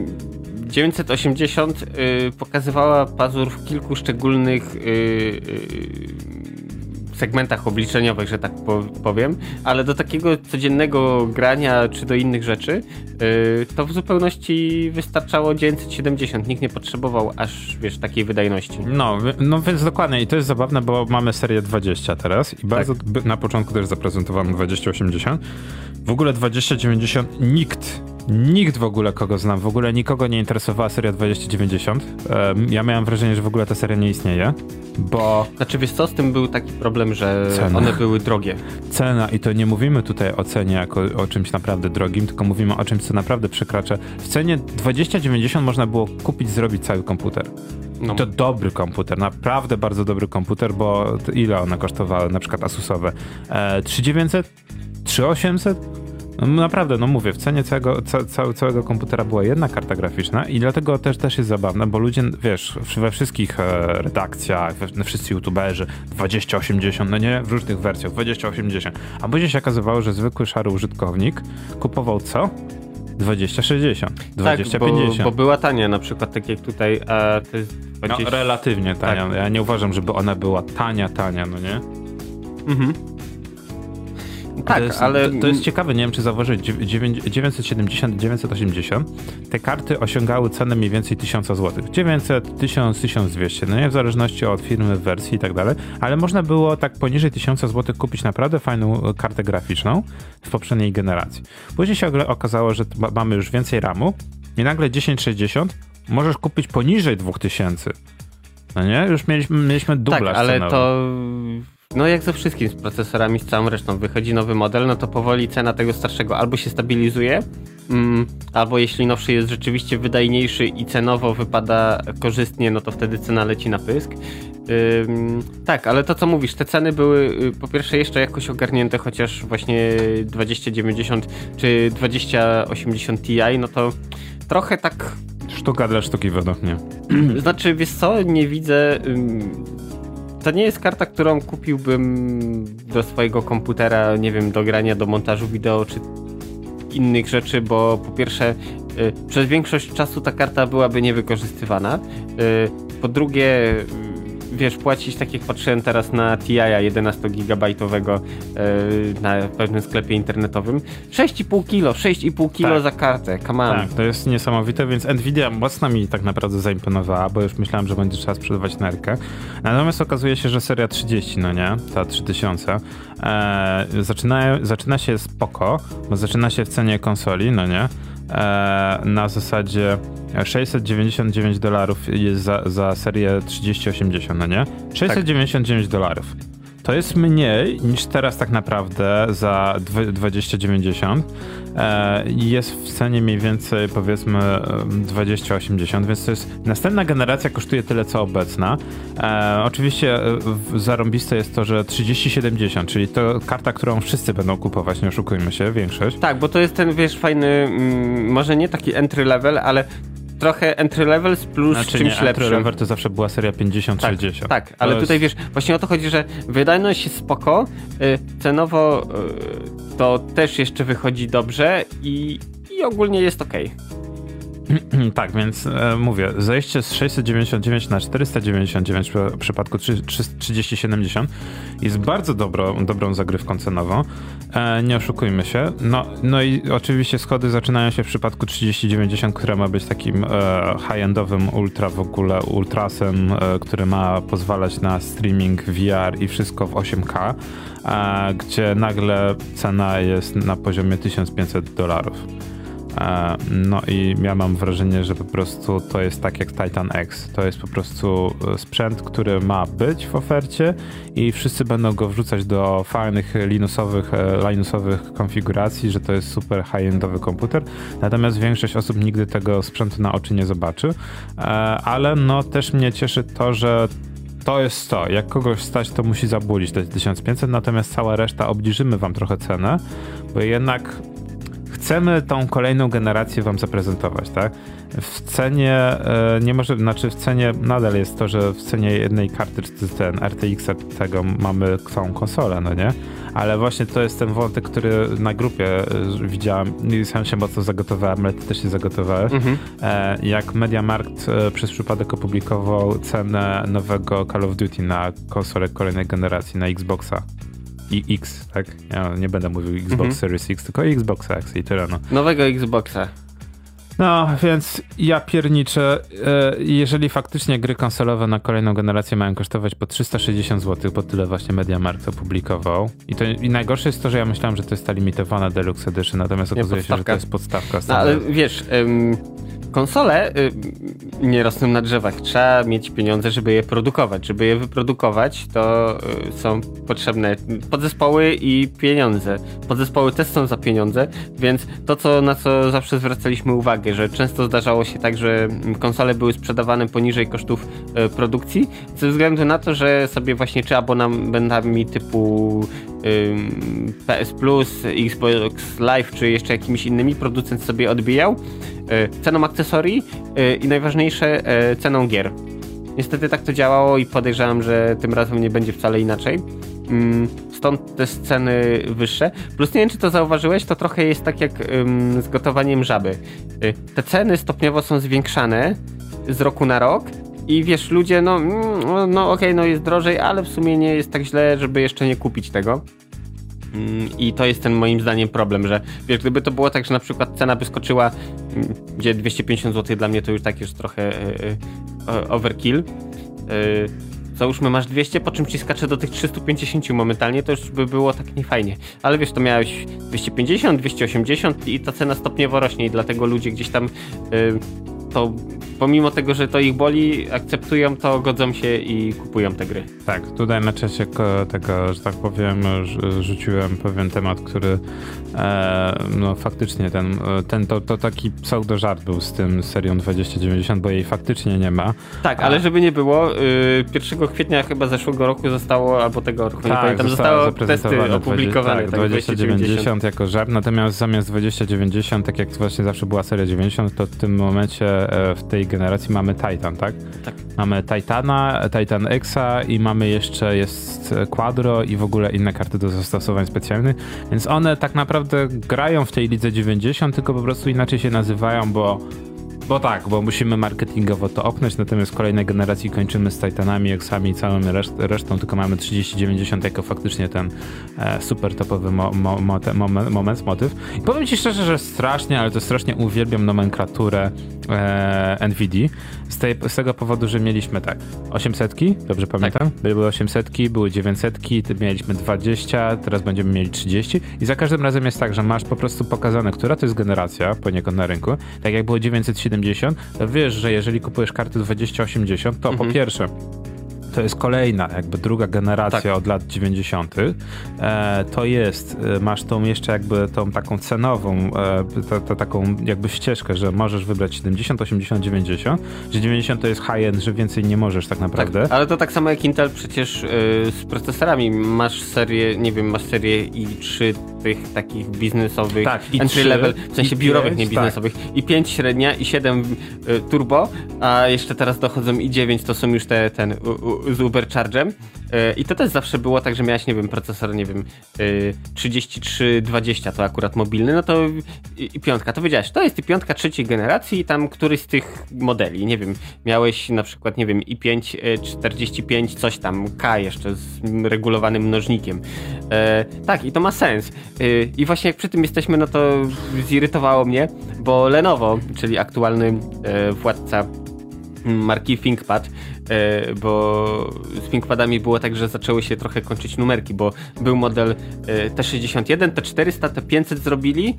980 pokazywała pazur w kilku szczególnych segmentach obliczeniowych, że tak powiem, ale do takiego codziennego grania czy do innych rzeczy to w zupełności wystarczało 970. Nikt nie potrzebował aż, takiej wydajności. No więc dokładnie i to jest zabawne, bo mamy serię 20 teraz i bardzo na początku też zaprezentowano 2080. W ogóle 2090 nikt w ogóle, kogo znam, w ogóle nikogo nie interesowała seria 2090. Ja miałem wrażenie, że w ogóle ta seria nie istnieje, bo... Znaczy wiesz co, z tym był taki problem, że one były drogie. Cena i to nie mówimy tutaj o cenie jako o czymś naprawdę drogim, tylko mówimy o czymś, co naprawdę przekracza. W cenie 2090 można było kupić, zrobić cały komputer. No. To dobry komputer, naprawdę bardzo dobry komputer, bo ile one kosztowały, na przykład Asusowe? 3900? 3800? No naprawdę, mówię, w cenie całego komputera była jedna karta graficzna i dlatego też jest zabawne, bo ludzie, we wszystkich redakcjach, wszyscy youtuberzy 2080, no nie, w różnych wersjach 2080, a później się okazywało, że zwykły szary użytkownik kupował co? 2060, 2050. Tak, bo była tania, na przykład tak jak tutaj, a to jest 20... No, relatywnie tania, ja nie uważam, żeby ona była tania, no nie? Tak, ale... To jest ciekawe, nie wiem czy zauważyłeś, 970, 980 te karty osiągały cenę mniej więcej 1000 zł. 900, 1000, 1200, no nie w zależności od firmy, wersji i tak dalej, ale można było tak poniżej 1000 zł kupić naprawdę fajną kartę graficzną w poprzedniej generacji. Później się okazało, że mamy już więcej RAMu i nagle 1060 możesz kupić poniżej 2000. No nie? Już mieliśmy dublaż tak, ale cenowy. to... No jak ze wszystkim, z procesorami, z całą resztą. Wychodzi nowy model, no to powoli cena tego starszego albo się stabilizuje, albo jeśli nowszy jest rzeczywiście wydajniejszy i cenowo wypada korzystnie, no to wtedy cena leci na pysk. Tak, ale to co mówisz, te ceny były po pierwsze jeszcze jakoś ogarnięte, chociaż właśnie 2090 czy 2080 Ti, no to trochę tak... Sztuka dla sztuki według mnie. Znaczy, wiesz co, nie widzę... To nie jest karta, którą kupiłbym do swojego komputera, nie wiem, do grania, do montażu wideo czy innych rzeczy, bo po pierwsze przez większość czasu ta karta byłaby niewykorzystywana. Po drugie, wiesz, płacić tak jak patrzyłem teraz na TI'a 11-gigabajtowego na pewnym sklepie internetowym. 6,5 kilo tak. Za kartę, come on. Tak, to jest niesamowite, więc Nvidia mocno mi tak naprawdę zaimponowała, bo już myślałem, że będzie trzeba sprzedawać nerkę. Natomiast okazuje się, że seria 30, no nie, ta 3000, zaczyna się spoko, bo zaczyna się w cenie konsoli, no nie, na zasadzie $699 jest za serię 3080, no nie? $699. To jest mniej niż teraz tak naprawdę za 2090. Jest w cenie mniej więcej powiedzmy 2080, więc to jest następna generacja kosztuje tyle co obecna. Oczywiście zarąbiste jest to, że 3070, czyli to karta, którą wszyscy będą kupować, nie oszukujmy się, większość. Tak, bo to jest ten, wiesz, fajny, może nie taki entry level, ale trochę entry level plus znaczy czymś nie, lepszym. Entry level to zawsze była seria 50-60. Tak, ale to tutaj wiesz, właśnie o to chodzi, że wydajność jest spoko, cenowo to też jeszcze wychodzi dobrze i ogólnie jest okej. Tak, więc mówię, zejście z 699 na 499 w przypadku 3070 jest bardzo dobrą zagrywką cenową. Nie oszukujmy się. No i oczywiście schody zaczynają się w przypadku 3090, która ma być takim high-endowym ultra w ogóle ultrasem, który ma pozwalać na streaming, VR i wszystko w 8K, gdzie nagle cena jest na poziomie $1500. No i ja mam wrażenie, że po prostu to jest tak jak Titan X. To jest po prostu sprzęt, który ma być w ofercie i wszyscy będą go wrzucać do fajnych linusowych konfiguracji, że to jest super high-endowy komputer. Natomiast większość osób nigdy tego sprzętu na oczy nie zobaczy. Ale no też mnie cieszy to, że to jest to. Jak kogoś stać, to musi zabulić te 1500, natomiast cała reszta obniżymy wam trochę cenę, bo jednak chcemy tą kolejną generację wam zaprezentować, tak? W cenie w cenie nadal jest to, że w cenie jednej karty, czy ten RTX tego mamy całą konsolę, no nie? Ale właśnie to jest ten wątek, który na grupie widziałem i sam się mocno zagotowałem, ale ty też się zagotowałeś. Jak MediaMarkt przez przypadek opublikował cenę nowego Call of Duty na konsolę kolejnej generacji, na Xboxa. I X, tak? Ja nie będę mówił Xbox Series X, tylko Xbox X i tyle, no. Nowego Xboxa. No, więc ja pierniczę, jeżeli faktycznie gry konsolowe na kolejną generację mają kosztować po 360 zł, bo tyle właśnie MediaMarkt opublikował. I najgorsze jest to, że ja myślałem, że to jest ta limitowana Deluxe Edition, natomiast okazuje się, że to jest podstawka. No, ale wiesz, konsole nie rosną na drzewach. Trzeba mieć pieniądze, żeby je produkować. Żeby je wyprodukować, to są potrzebne podzespoły i pieniądze. Podzespoły też są za pieniądze, więc to, na co zawsze zwracaliśmy uwagę, że często zdarzało się tak, że konsole były sprzedawane poniżej kosztów produkcji, ze względu na to, że sobie właśnie czy abonamentami typu PS Plus, Xbox Live, czy jeszcze jakimiś innymi producent sobie odbijał ceną akcesorii i najważniejsze ceną gier. Niestety tak to działało i podejrzewam, że tym razem nie będzie wcale inaczej. Stąd te ceny wyższe. Plus nie wiem, czy to zauważyłeś, to trochę jest tak jak z gotowaniem żaby. Te ceny stopniowo są zwiększane z roku na rok i wiesz, ludzie, no okej, no jest drożej, ale w sumie nie jest tak źle, żeby jeszcze nie kupić tego. I to jest ten moim zdaniem problem, że wiesz, gdyby to było tak, że na przykład cena by skoczyła, gdzie 250 zł dla mnie to już tak już trochę overkill. Załóżmy masz 200, po czym ci skacze do tych 350 momentalnie, to już by było tak niefajnie. Ale wiesz, to miałeś 250, 280 i ta cena stopniowo rośnie i dlatego ludzie gdzieś tam to pomimo tego, że to ich boli, akceptują to, godzą się i kupują te gry. Tak, tutaj na czasie tego, że tak powiem, rzuciłem pewien temat, który no faktycznie to taki pseudo żart był z tym serią 2090, bo jej faktycznie nie ma. Tak, ale żeby nie było, 1 kwietnia chyba zeszłego roku zostało, albo tego roku, tak, nie pamiętam, zostało testy opublikowane. Tak, 2090 jako żart, natomiast zamiast 2090, tak jak właśnie zawsze była seria 90, to w tym momencie w tej generacji mamy Titan, tak? Tak. Mamy Titana, Titan Xa i mamy jeszcze jest Quadro i w ogóle inne karty do zastosowań specjalnych, więc one tak naprawdę grają w tej lidze 90, tylko po prostu inaczej się nazywają, bo musimy marketingowo to opchnąć, natomiast w kolejnej generacji kończymy z Titanami, Xami i całą resztą, tylko mamy 3090 jako faktycznie ten super topowy motyw. I powiem ci szczerze, że strasznie, ale to strasznie uwielbiam nomenklaturę NVIDII z tego powodu, że mieliśmy tak 800, dobrze pamiętam? Tak. Były 800, były 900, mieliśmy 20, teraz będziemy mieli 30 i za każdym razem jest tak, że masz po prostu pokazane, która to jest generacja poniekąd na rynku. Tak jak było 970, to wiesz, że jeżeli kupujesz karty 2080, to po pierwsze to jest kolejna, jakby druga generacja od lat 90. To jest, masz tą jeszcze jakby tą taką cenową, taką jakby ścieżkę, że możesz wybrać 70, 80, 90, że 90 to jest high-end, że więcej nie możesz tak naprawdę. Tak, ale to tak samo jak Intel przecież z procesorami. Masz serię, nie wiem, masz serię i3 tych takich biznesowych, tak, entry level, w sensie biurowych, nie biznesowych, tak. I5 średnia, i 7 turbo, a jeszcze teraz dochodzą i9, to są już ten z Ubercharge'em. I to też zawsze było tak, że miałeś, nie wiem, procesor, nie wiem, 3320 to akurat mobilny, no to i piątka, to wiedziałeś, to jest i piątka trzeciej generacji i tam któryś z tych modeli, nie wiem, miałeś na przykład, nie wiem, i5 45 coś tam, K jeszcze z regulowanym mnożnikiem. Tak, i to ma sens. I właśnie jak przy tym jesteśmy, no to zirytowało mnie, bo Lenovo, czyli aktualny władca marki ThinkPad, bo z ThinkPadami było tak, że zaczęły się trochę kończyć numerki, bo był model T61, T400, T500 zrobili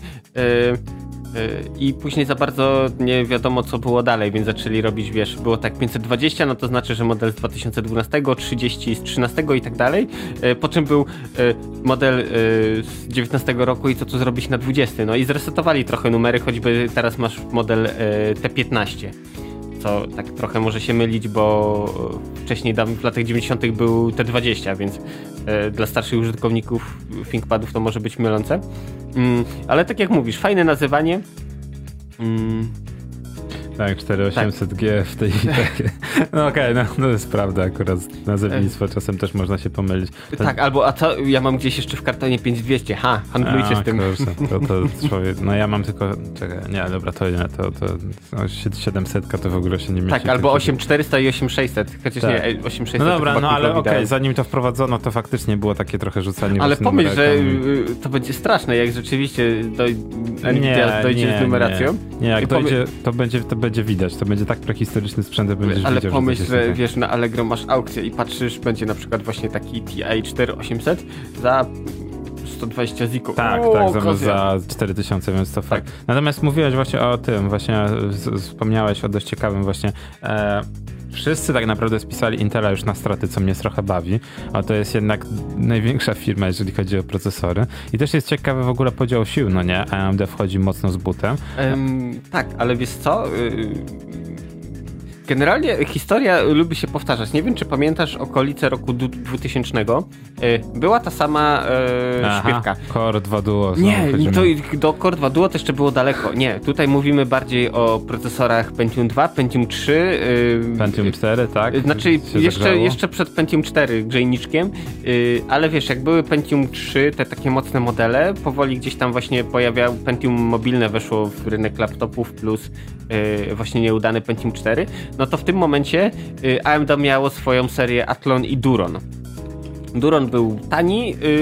i później za bardzo nie wiadomo co było dalej, więc zaczęli robić, wiesz, było tak 520, no to znaczy, że model z 2012, 30 z 13 i tak dalej, po czym był model z 19 roku i co tu zrobić na 20, no i zresetowali trochę numery, choćby teraz masz model T15. Co tak trochę może się mylić, bo wcześniej w latach 90. był T20, więc dla starszych użytkowników ThinkPadów to może być mylące. Ale tak jak mówisz, fajne nazywanie. Tak, 4800G w tej... No okej, no to jest prawda, akurat nazewnictwo czasem też można się pomylić. Tak, albo a co, ja mam gdzieś jeszcze w kartonie 5200, handlujcie z tym. Kurczę, to człowiek, no ja mam tylko, czekaj, nie, dobra, to nie, to 700 to w ogóle się nie mieści. Tak, albo 8400 i 8600, chociaż tak. Nie, 8600 no dobra, no ale okej, zanim to wprowadzono, to faktycznie było takie trochę rzucanie. Ale pomyśl, że to będzie straszne, jak rzeczywiście dojdzie z numeracją. Nie, jak dojdzie, to będzie widać, to będzie tak prehistoryczny sprzęt, będziesz ale widział. Ale pomyśl, że wiesz, na Allegro masz aukcję i patrzysz, będzie na przykład właśnie taki TI 4800 za 120 ziko. Tak, zamiast za 4000, więc to fakt. Natomiast mówiłeś właśnie o tym, właśnie wspomniałeś o dość ciekawym właśnie. Wszyscy tak naprawdę spisali Intela już na straty, co mnie trochę bawi, a to jest jednak największa firma, jeżeli chodzi o procesory. I też jest ciekawy w ogóle podział sił, no nie? AMD wchodzi mocno z butem. Tak, ale wiesz co? Generalnie historia lubi się powtarzać. Nie wiem, czy pamiętasz okolice roku 2000. Była ta sama śpiewka. Core 2 Duo. Nie, to do Core 2 Duo to jeszcze było daleko. Nie, tutaj mówimy bardziej o procesorach Pentium 2, Pentium 3. Pentium 4, tak? Znaczy jeszcze przed Pentium 4 grzejniczkiem, ale wiesz, jak były Pentium 3, te takie mocne modele, powoli gdzieś tam właśnie pojawiał Pentium mobilne, weszło w rynek laptopów plus właśnie nieudany Pentium 4. No to w tym momencie AMD miało swoją serię Athlon i Duron. Duron był tani,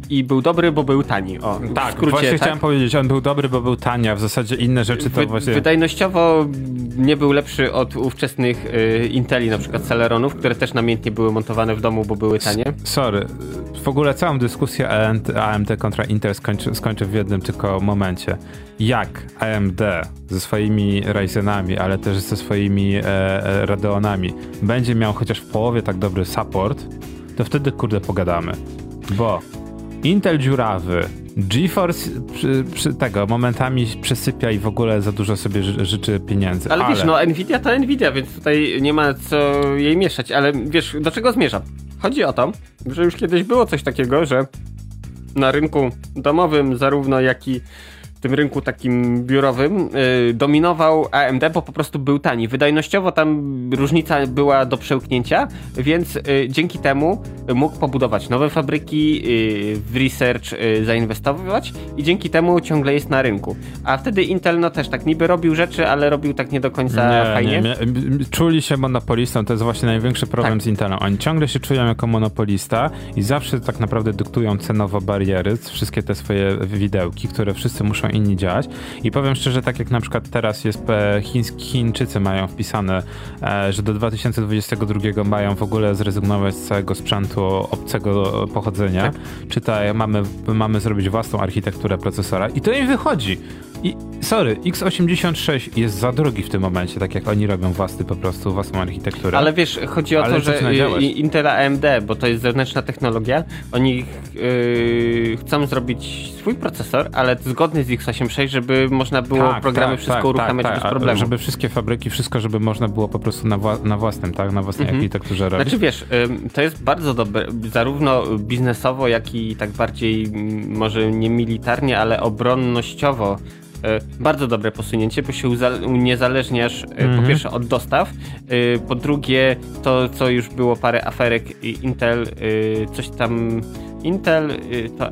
i był dobry, bo był tani. O, tak, w skrócie, właśnie chciałem powiedzieć, on był dobry, bo był tani, a w zasadzie inne rzeczy to właśnie... Wydajnościowo nie był lepszy od ówczesnych Inteli, na przykład Celeronów, które też namiętnie były montowane w domu, bo były tanie. Sorry, w ogóle całą dyskusję AMD kontra Intel skończę w jednym tylko momencie. Jak AMD ze swoimi Ryzenami, ale też ze swoimi Radeonami będzie miał chociaż w połowie tak dobry support, to wtedy kurde pogadamy. Bo Intel dziurawy, GeForce tego momentami przesypia i w ogóle za dużo sobie życzy pieniędzy. Ale wiesz, no Nvidia to Nvidia, więc tutaj nie ma co jej mieszać, ale wiesz, do czego zmierzam? Chodzi o to, że już kiedyś było coś takiego, że na rynku domowym zarówno jak i w tym rynku takim biurowym dominował AMD, bo po prostu był tani. Wydajnościowo tam różnica była do przełknięcia, więc dzięki temu mógł pobudować nowe fabryki, w research zainwestować i dzięki temu ciągle jest na rynku. A wtedy Intel no też tak niby robił rzeczy, ale robił tak nie do końca fajnie. Czuli się monopolistą, to jest właśnie największy problem z Intelem. Oni ciągle się czują jako monopolista i zawsze tak naprawdę dyktują cenowo bariery, wszystkie te swoje widełki, które wszyscy muszą inni działać. I powiem szczerze, tak jak na przykład teraz jest Chińczycy mają wpisane, że do 2022 mają w ogóle zrezygnować z całego sprzętu obcego pochodzenia. Tak. Czytaj, mamy zrobić własną architekturę procesora i to im wychodzi. I sorry, x86 jest za drogi w tym momencie, tak jak oni robią własną architekturę. Ale wiesz, chodzi o to, że Intel AMD, bo to jest zewnętrzna technologia, oni chcą zrobić swój procesor, ale zgodny z x86, żeby można było programy wszystko uruchamiać bez problemu. Żeby wszystkie fabryki, wszystko, żeby można było po prostu na własnym, tak? Na własnej architekturze robić. Znaczy wiesz, to jest bardzo dobre, zarówno biznesowo, jak i tak bardziej może nie militarnie, ale obronnościowo bardzo dobre posunięcie, bo się uniezależniasz po pierwsze od dostaw, po drugie to, co już było parę aferek Intel, coś tam to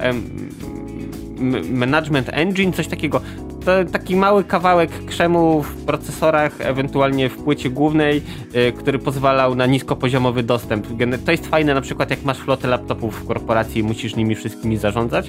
Management Engine, coś takiego. To taki mały kawałek krzemu w procesorach, ewentualnie w płycie głównej, który pozwalał na niskopoziomowy dostęp. To jest fajne na przykład jak masz flotę laptopów w korporacji i musisz nimi wszystkimi zarządzać.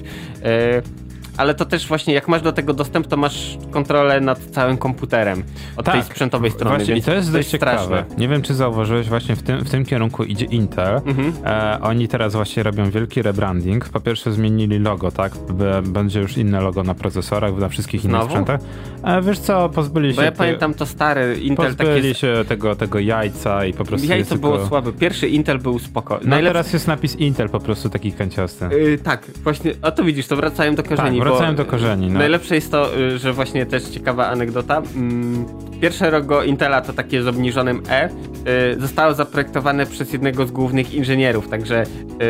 Ale to też właśnie, jak masz do tego dostęp, to masz kontrolę nad całym komputerem od tej sprzętowej strony. Właśnie, więc i to jest dość ciekawe. Nie wiem, czy zauważyłeś, właśnie w tym kierunku idzie Intel. Oni teraz właśnie robią wielki rebranding. Po pierwsze zmienili logo, tak? Będzie już inne logo na procesorach, na wszystkich innych sprzętach. Wiesz co, pozbyli się... Bo ja pamiętam to stare Intel pozbyli się tego jajca i po prostu... Jajco było słabe. Pierwszy Intel był spoko. No teraz jest napis Intel po prostu taki kanciasty. Tak, właśnie, a to widzisz, to wracają do korzeni. Tak, wracają do korzeni. No. Najlepsze jest to, że właśnie też ciekawa anegdota. Pierwsze logo Intela, to takie z obniżonym zostało zaprojektowane przez jednego z głównych inżynierów, także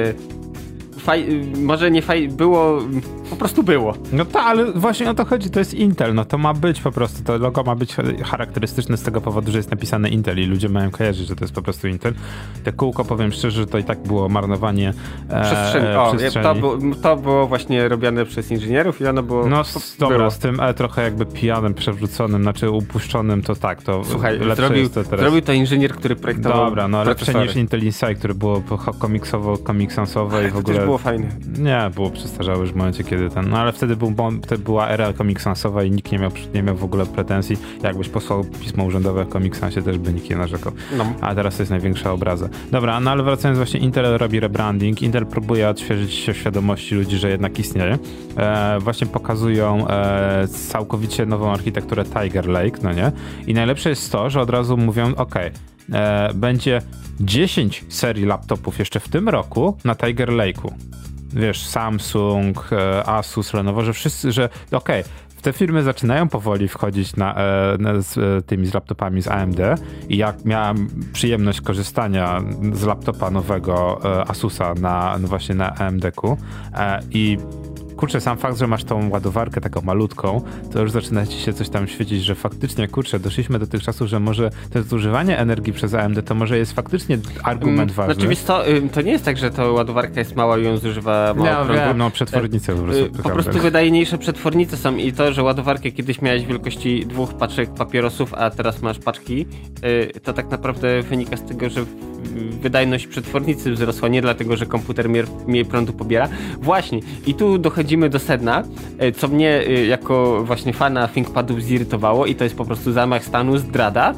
może nie było, po prostu było. No tak, ale właśnie o to chodzi, to jest Intel, no to ma być po prostu, to logo ma być charakterystyczne z tego powodu, że jest napisane Intel i ludzie mają kojarzyć, że to jest po prostu Intel. Te kółko, powiem szczerze, że to i tak było marnowanie przestrzeni. To było właśnie robione przez inżynierów i ono było... No dobra, z tym trochę jakby pijanym, przewróconym, znaczy upuszczonym, to tak, to słuchaj, teraz. Zrobił to inżynier, który projektował. Dobra, no lepsze niż Intel Inside, które było komiksansowe i w ogóle... było fajne. Nie, było przestarzałe już w momencie, kiedy no ale wtedy była era komiksansowa i nikt nie miał w ogóle pretensji. Jakbyś posłał pismo urzędowe w komiksansie, też by nikt nie narzekał. No. A teraz to jest największa obraza. Dobra, no ale wracając właśnie, Intel robi rebranding. Intel próbuje odświeżyć się w świadomości ludzi, że jednak istnieje. Właśnie pokazują całkowicie nową architekturę Tiger Lake, no nie? I najlepsze jest to, że od razu mówią, będzie 10 serii laptopów jeszcze w tym roku na Tiger Lake'u. Wiesz, Samsung, Asus, Lenovo, że wszyscy, te firmy zaczynają powoli wchodzić z tymi laptopami z AMD i jak miałem przyjemność korzystania z laptopa nowego Asusa właśnie na AMD-ku i kurczę, sam fakt, że masz tą ładowarkę taką malutką, to już zaczyna ci się coś tam świecić, że faktycznie, kurczę, doszliśmy do tych czasów, że może to zużywanie energii przez AMD to może jest faktycznie argument ważny. Znaczy, wiesz co, to nie jest tak, że to ładowarka jest mała i ją zużywa mało prądu. No, przetwornice po prostu. Po prostu wydajniejsze przetwornice są i to, że ładowarkę kiedyś miałeś wielkości 2 paczek papierosów, a teraz masz paczki, to tak naprawdę wynika z tego, że wydajność przetwornicy wzrosła, nie dlatego, że komputer mniej prądu pobiera. Właśnie. I tu dochodzimy do sedna, co mnie jako właśnie fana ThinkPadów zirytowało i to jest po prostu zamach stanu, zdrada.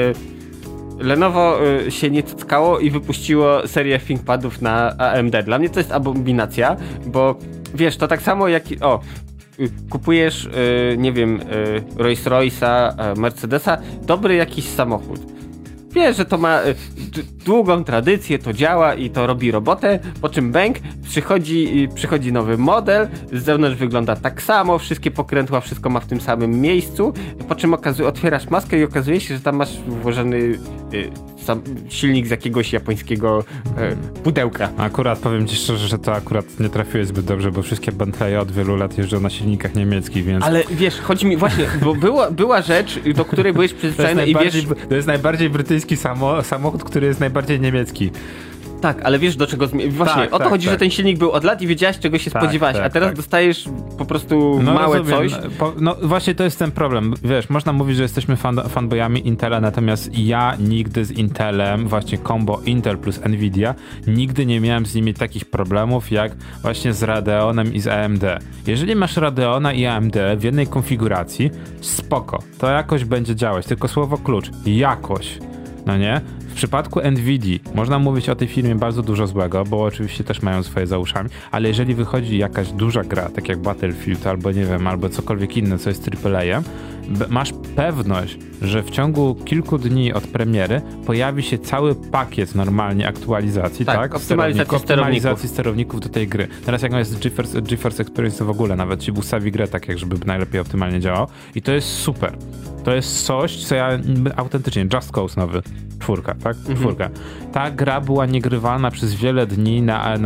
Lenovo się nie cockało i wypuściło serię ThinkPadów na AMD. Dla mnie to jest abominacja, bo wiesz, to tak samo jak... kupujesz, nie wiem, Rolls-Royce'a, Mercedesa, dobry jakiś samochód. Wiesz, że to ma długą tradycję, to działa i to robi robotę, po czym bęk, przychodzi nowy model, z zewnątrz wygląda tak samo, wszystkie pokrętła, wszystko ma w tym samym miejscu, po czym otwierasz maskę i okazuje się, że tam masz włożony silnik z jakiegoś japońskiego pudełka. Akurat powiem ci szczerze, że to akurat nie trafiłeś zbyt dobrze, bo wszystkie Bentleye od wielu lat jeżdżą na silnikach niemieckich, więc... Ale wiesz, chodzi mi właśnie, bo była rzecz, do której byłeś przyzwyczajony i wiesz... To jest najbardziej brytyjski samochód, który jest najbardziej niemiecki. Tak, ale wiesz do czego właśnie, o to chodzi, że ten silnik był od lat i wiedziałeś czego się spodziewać, a teraz dostajesz po prostu małe rozumiem. coś. No właśnie to jest ten problem, wiesz, można mówić, że jesteśmy fanboyami Intela, natomiast ja nigdy z Intelem, właśnie combo Intel plus Nvidia, nigdy nie miałem z nimi takich problemów jak właśnie z Radeonem i z AMD. Jeżeli masz Radeona i AMD w jednej konfiguracji, spoko, to jakoś będzie działać, tylko słowo klucz, jakoś, no nie? W przypadku Nvidii można mówić o tej firmie bardzo dużo złego, bo oczywiście też mają swoje za uszami, ale jeżeli wychodzi jakaś duża gra, tak jak Battlefield albo nie wiem, albo cokolwiek inne, co jest AAA-em, masz pewność, że w ciągu kilku dni od premiery pojawi się cały pakiet normalnie aktualizacji, tak? Optymalizacji sterowników do tej gry. Teraz jak jest GeForce Experience, to w ogóle nawet ci ustawi grę tak, jak żeby najlepiej optymalnie działał i to jest super. To jest coś, co ja autentycznie, Just Cause nowy, 4, tak? 4. Ta gra była niegrywalna przez wiele dni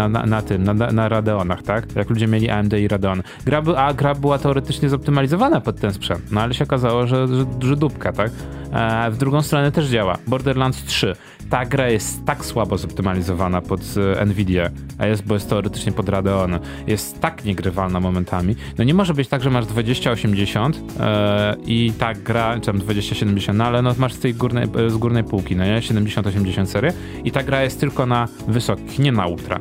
na Radeonach, tak? Jak ludzie mieli AMD i Radeon. Gra była teoretycznie zoptymalizowana pod ten sprzęt, no ale się okazało, że dupka, tak? W drugą stronę też działa. Borderlands 3. Ta gra jest tak słabo zoptymalizowana pod Nvidia, bo jest teoretycznie pod Radeon. Jest tak niegrywalna momentami. No nie może być tak, że masz 2080 i ta gra, czy tam 2070, no ale no masz z tej górnej półki, no nie? 70-80 serię i ta gra jest tylko na wysokich, nie na ultra.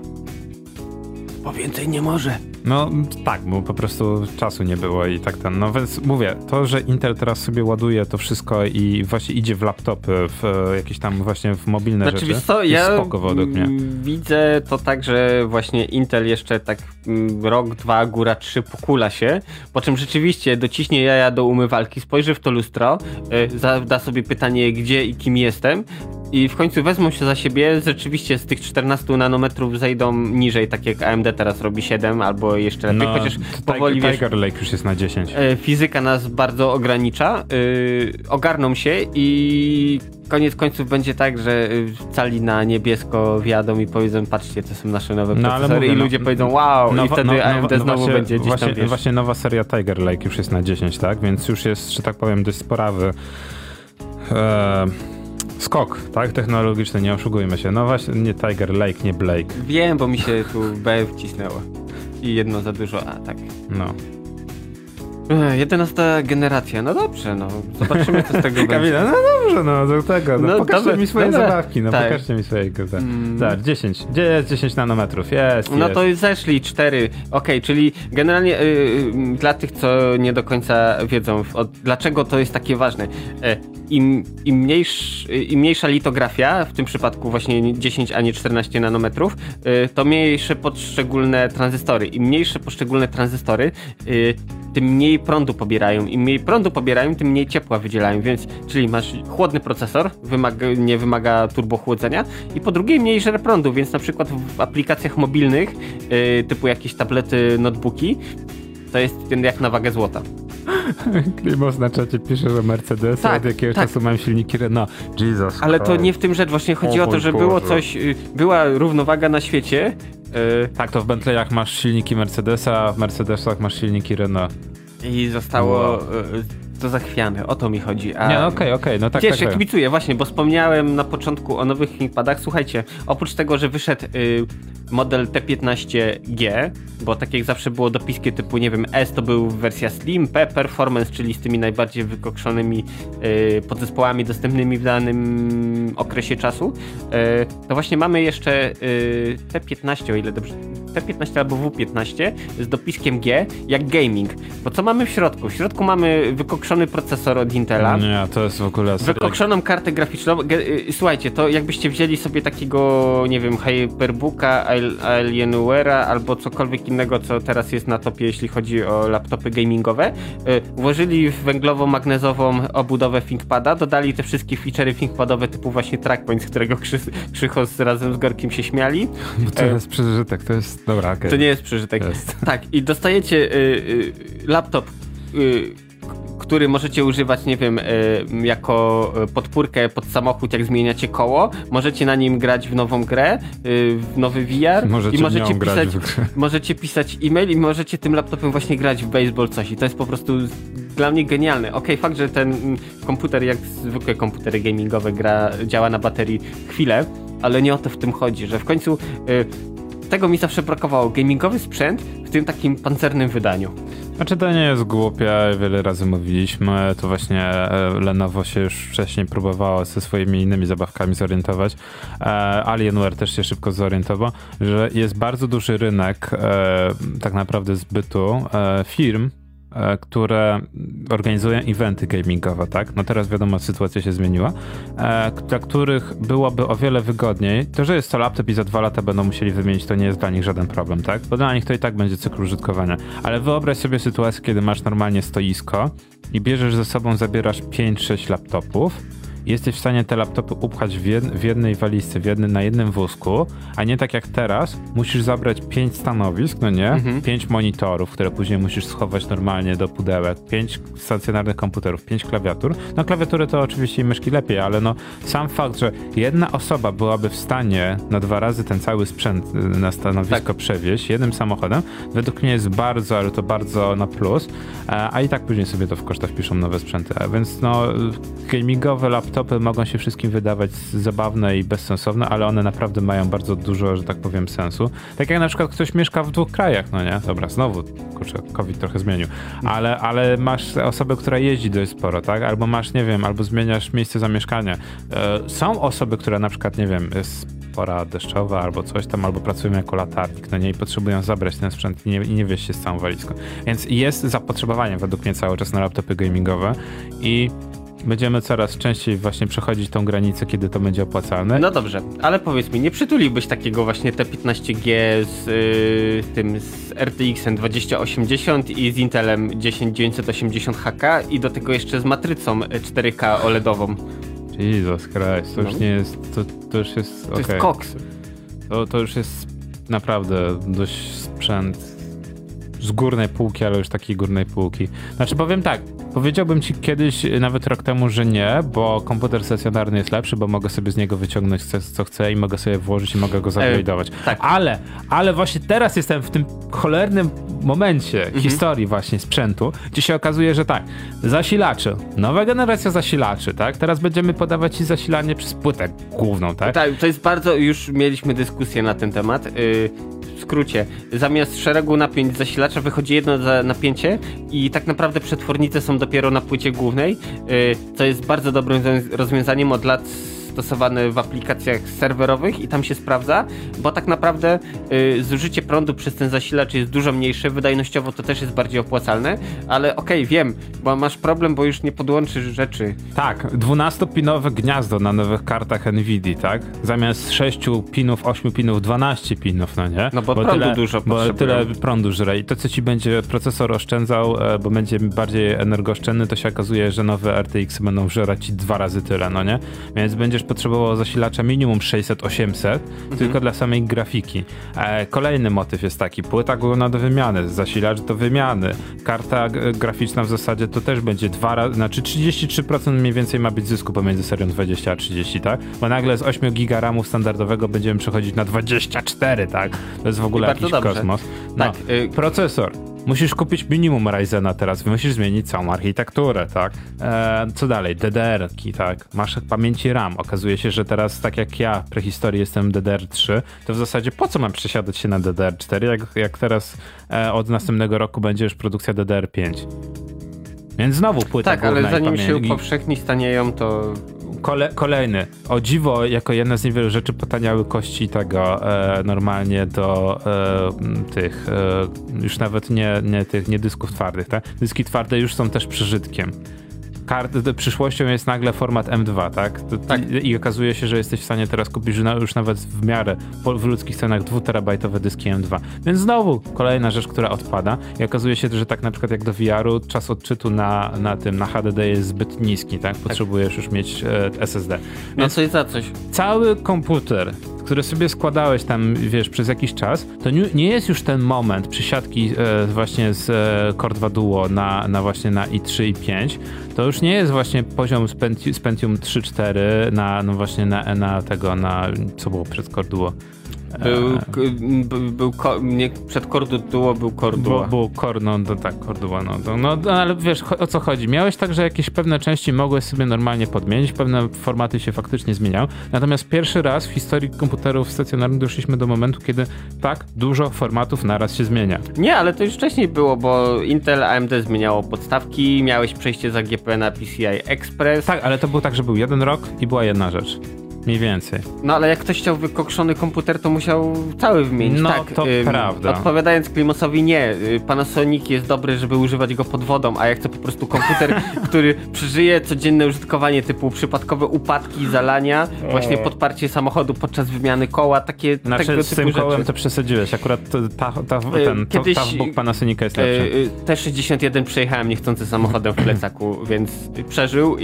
Bo więcej nie może. No tak, bo po prostu czasu nie było i tak ten. No więc mówię, to, że Intel teraz sobie ładuje to wszystko i właśnie idzie w laptopy, w jakieś tam właśnie w mobilne rzeczy, jest spoko według mnie. Widzę to tak, że właśnie Intel jeszcze tak rok, 2, góra 3 pokula się, po czym rzeczywiście dociśnie jaja do umywalki, spojrzy w to lustro, zada sobie pytanie, gdzie i kim jestem i w końcu wezmą się za siebie, rzeczywiście z tych 14 nanometrów zejdą niżej, tak jak AMD teraz robi 7 albo jeszcze lepiej, chociaż powoli, Tiger Lake już jest na 10. Fizyka nas bardzo ogranicza, ogarną się i koniec końców będzie tak, że cali na niebiesko wjadą i powiedzą, patrzcie, to są nasze nowe procesory i ludzie powiedzą, wow, i wtedy AMD znowu będzie gdzieś tam, wiesz. Właśnie nowa seria Tiger Lake już jest na 10, tak? Więc już jest, że tak powiem, dość sporawy skok, tak? Technologiczny, nie oszukujmy się. No właśnie, nie Tiger Lake, nie Blake. Wiem, bo mi się tu B wcisnęło. I jedno za dużo A, tak. No. 11 generacja, no dobrze, no. Zobaczymy, co z tego będzie. Kamila, no dobrze, no do tego. No, pokażcie mi swoje zabawki, no tak. Pokażcie mi swoje. Tak, 10. Gdzie jest 10 nanometrów? Jest. No to zeszli 4. Okej, czyli generalnie dla tych, co nie do końca wiedzą, dlaczego to jest takie ważne. Im mniejsza litografia, w tym przypadku właśnie 10, a nie 14 nanometrów, to mniejsze poszczególne tranzystory. Im mniejsze poszczególne tranzystory, tym mniej prądu pobierają. Im mniej prądu pobierają, tym mniej ciepła wydzielają, więc czyli masz chłodny procesor, nie wymaga turbochłodzenia i po drugie mniej żre prądu, więc na przykład w aplikacjach mobilnych typu jakieś tablety, notebooki, to jest jak na wagę złota. Klimos na czacie pisze, że Mercedes od jakiegoś czasu mają silniki Renault. Jesus. Ale to nie w tym rzecz, właśnie chodzi o to, że było coś, była równowaga na świecie. Tak, to w Bentleyach masz silniki Mercedesa, a w Mercedesach masz silniki Renault. I zostało to zachwiane, o to mi chodzi. Nie, no okej, no tak. Wiesz, ja kibicuję, właśnie, bo wspomniałem na początku o nowych ThinkPadach. Słuchajcie, oprócz tego, że wyszedł model T15G, bo tak jak zawsze było dopiski typu, nie wiem, S to był wersja Slim, P Performance, czyli z tymi najbardziej wykokszonymi podzespołami dostępnymi w danym okresie czasu. To właśnie mamy jeszcze T15, o ile dobrze, T15 albo W15 z dopiskiem G, jak gaming. Bo co mamy w środku? W środku mamy wykokszony procesor od Intela. Nie, to jest w ogóle... Wykokszoną kartę graficzną. Słuchajcie, to jakbyście wzięli sobie takiego, nie wiem, Hyperbooka, Alienware'a albo cokolwiek innego, co teraz jest na topie, jeśli chodzi o laptopy gamingowe, włożyli w węglowo-magnezową obudowę ThinkPada, dodali te wszystkie feature'y ThinkPadowe typu właśnie TrackPoint, z którego Krzychos razem z Gorkim się śmiali. Bo to jest przeżytek, to jest... Dobra, okay. To nie jest przeżytek. Jest. Tak, i dostajecie laptop, który możecie używać, nie wiem, jako podpórkę pod samochód, jak zmieniacie koło. Możecie na nim grać w nową grę, w nowy VR. Możecie pisać e-mail i możecie tym laptopem właśnie grać w baseball coś. I to jest po prostu dla mnie genialne. Okej, fakt, że ten komputer, jak zwykłe komputery gamingowe, działa na baterii chwilę, ale nie o to w tym chodzi, że w końcu tego mi zawsze brakowało. Gamingowy sprzęt w tym takim pancernym wydaniu. Znaczy to nie jest głupie, wiele razy mówiliśmy, to właśnie Lenovo się już wcześniej próbowało ze swoimi innymi zabawkami zorientować. Alienware też się szybko zorientował, że jest bardzo duży rynek tak naprawdę zbytu firm, które organizują eventy gamingowe, tak? No teraz wiadomo, sytuacja się zmieniła, dla których byłoby o wiele wygodniej. To, że jest to laptop i za 2 lata będą musieli wymienić, to nie jest dla nich żaden problem, tak? Bo dla nich to i tak będzie cykl użytkowania. Ale wyobraź sobie sytuację, kiedy masz normalnie stoisko i bierzesz ze sobą, zabierasz 5-6 laptopów, jesteś w stanie te laptopy upchać w jednej walizce, na jednym wózku, a nie tak jak teraz, musisz zabrać 5 stanowisk, no nie? 5 monitorów, które później musisz schować normalnie do pudełek, 5 stacjonarnych komputerów, 5 klawiatur. No klawiatury to oczywiście i myszki lepiej, ale no sam fakt, że jedna osoba byłaby w stanie na 2 razy ten cały sprzęt na stanowisko przewieźć jednym samochodem, według mnie jest bardzo, ale to bardzo na plus, a i tak później sobie to w kosztach piszą nowe sprzęty, a więc no gamingowe laptopy mogą się wszystkim wydawać zabawne i bezsensowne, ale one naprawdę mają bardzo dużo, że tak powiem, sensu. Tak jak na przykład ktoś mieszka w 2 krajach, no nie? Dobra, znowu, kurczę, COVID trochę zmienił, ale masz osobę, która jeździ dość sporo, tak? Albo masz, nie wiem, albo zmieniasz miejsce zamieszkania. Są osoby, które na przykład, nie wiem, jest pora deszczowa albo coś tam, albo pracują jako latarnik, no nie? I potrzebują zabrać ten sprzęt i nie wieźć się z całą walizką. Więc jest zapotrzebowanie według mnie cały czas na laptopy gamingowe i będziemy coraz częściej właśnie przechodzić tą granicę, kiedy to będzie opłacalne. No dobrze, ale powiedz mi, nie przytuliłbyś takiego właśnie T15G z RTX-em 2080 i z Intelem 10980HK i do tego jeszcze z matrycą 4K OLED-ową? Jesus Christ, to już nie jest... To już jest... To jest koks. To już jest naprawdę dość sprzęt z górnej półki, ale już takiej górnej półki. Znaczy powiem tak, powiedziałbym ci kiedyś, nawet rok temu, że nie, bo komputer stacjonarny jest lepszy, bo mogę sobie z niego wyciągnąć co chcę i mogę sobie włożyć i mogę go zaupgrade'ować. Tak. Ale właśnie teraz jestem w tym cholernym momencie historii właśnie sprzętu, gdzie się okazuje, że tak, zasilacze, nowa generacja zasilaczy, tak? Teraz będziemy podawać ci zasilanie przez płytę główną, tak? Tak, to jest bardzo, już mieliśmy dyskusję na ten temat. W skrócie, zamiast szeregu napięć zasilacza wychodzi jedno napięcie i tak naprawdę przetwornice są dopiero na płycie głównej, co jest bardzo dobrym rozwiązaniem, od lat stosowane w aplikacjach serwerowych i tam się sprawdza, bo tak naprawdę zużycie prądu przez ten zasilacz jest dużo mniejsze, wydajnościowo to też jest bardziej opłacalne, ale okej, wiem, bo masz problem, bo już nie podłączysz rzeczy. Tak, 12-pinowe gniazdo na nowych kartach NVIDII, tak? Zamiast 6 pinów, 8 pinów, 12 pinów, no nie? No bo prądu dużo potrzebują. Bo tyle prądu żre i to, co ci będzie procesor oszczędzał, bo będzie bardziej energooszczędny, to się okazuje, że nowe RTX będą żerać ci 2 razy tyle, no nie? Więc będziesz potrzebował zasilacza minimum 600-800, tylko dla samej grafiki. Kolejny motyw jest taki, płyta główna do wymiany, zasilacz do wymiany, karta graficzna w zasadzie to też będzie 2 razy, znaczy 33% mniej więcej ma być zysku pomiędzy serią 20 a 30, tak? Bo nagle z 8 giga RAMu standardowego będziemy przechodzić na 24, tak? To jest w ogóle jakiś kosmos. No, tak, procesor. musisz kupić minimum Ryzena teraz, musisz zmienić całą architekturę, tak? Co dalej? DDR-ki, tak? Masz pamięci RAM. Okazuje się, że teraz, tak jak ja w prehistorii jestem DDR3, to w zasadzie po co mam przesiadać się na DDR4, jak teraz od następnego roku będzie już produkcja DDR5. Więc znowu płyta tak, ale zanim się pamięci. upowszechni, stanieją, to... Kolejny. O dziwo, jako jedna z niewielu rzeczy potaniały kości tego normalnie do tych, już nawet nie dysków twardych, tak? Dyski twarde już są też przeżytkiem. Przyszłością jest nagle format M2, tak? I okazuje się, że jesteś w stanie teraz kupić już nawet w miarę w ludzkich cenach 2-terabajtowe dyski M2. Więc znowu kolejna rzecz, która odpada i okazuje się, że tak na przykład jak do VR-u czas odczytu na HDD jest zbyt niski, tak? Potrzebujesz już mieć SSD. No Więc coś za coś. cały komputer, który sobie składałeś tam, wiesz, przez jakiś czas, to nie jest już ten moment przysiadki właśnie z Core 2 Duo właśnie na i3 i 5. To już nie jest właśnie poziom z Pentium 3-4 no właśnie na co było przed Core Duo. Przed Core Duo był Core Duo. Był Core, Core Duo, no, ale wiesz, o co chodzi. Miałeś tak, że jakieś pewne części mogłeś sobie normalnie podmienić, pewne formaty się faktycznie zmieniają, natomiast pierwszy raz w historii komputerów stacjonarnych doszliśmy do momentu, kiedy tak dużo formatów naraz się zmienia. Nie, ale to już wcześniej było, bo Intel, AMD zmieniało podstawki, miałeś przejście z AGP na PCI Express. Tak, ale to był tak, że był jeden rok i była jedna rzecz. Mniej więcej. No ale jak ktoś chciał wykokszony komputer, to musiał cały wymienić. No tak, to prawda. Odpowiadając Klimosowi, nie. Panasonic jest dobry, żeby używać go pod wodą, a ja chcę po prostu komputer, który przeżyje codzienne użytkowanie typu przypadkowe upadki, zalania, właśnie podparcie samochodu podczas wymiany koła, takie tego typu z tym kołem rzeczy. to przesadziłeś. Akurat TUF Panasonica jest lepszy. T61 przejechałem niechcący samochodem w plecaku, więc przeżył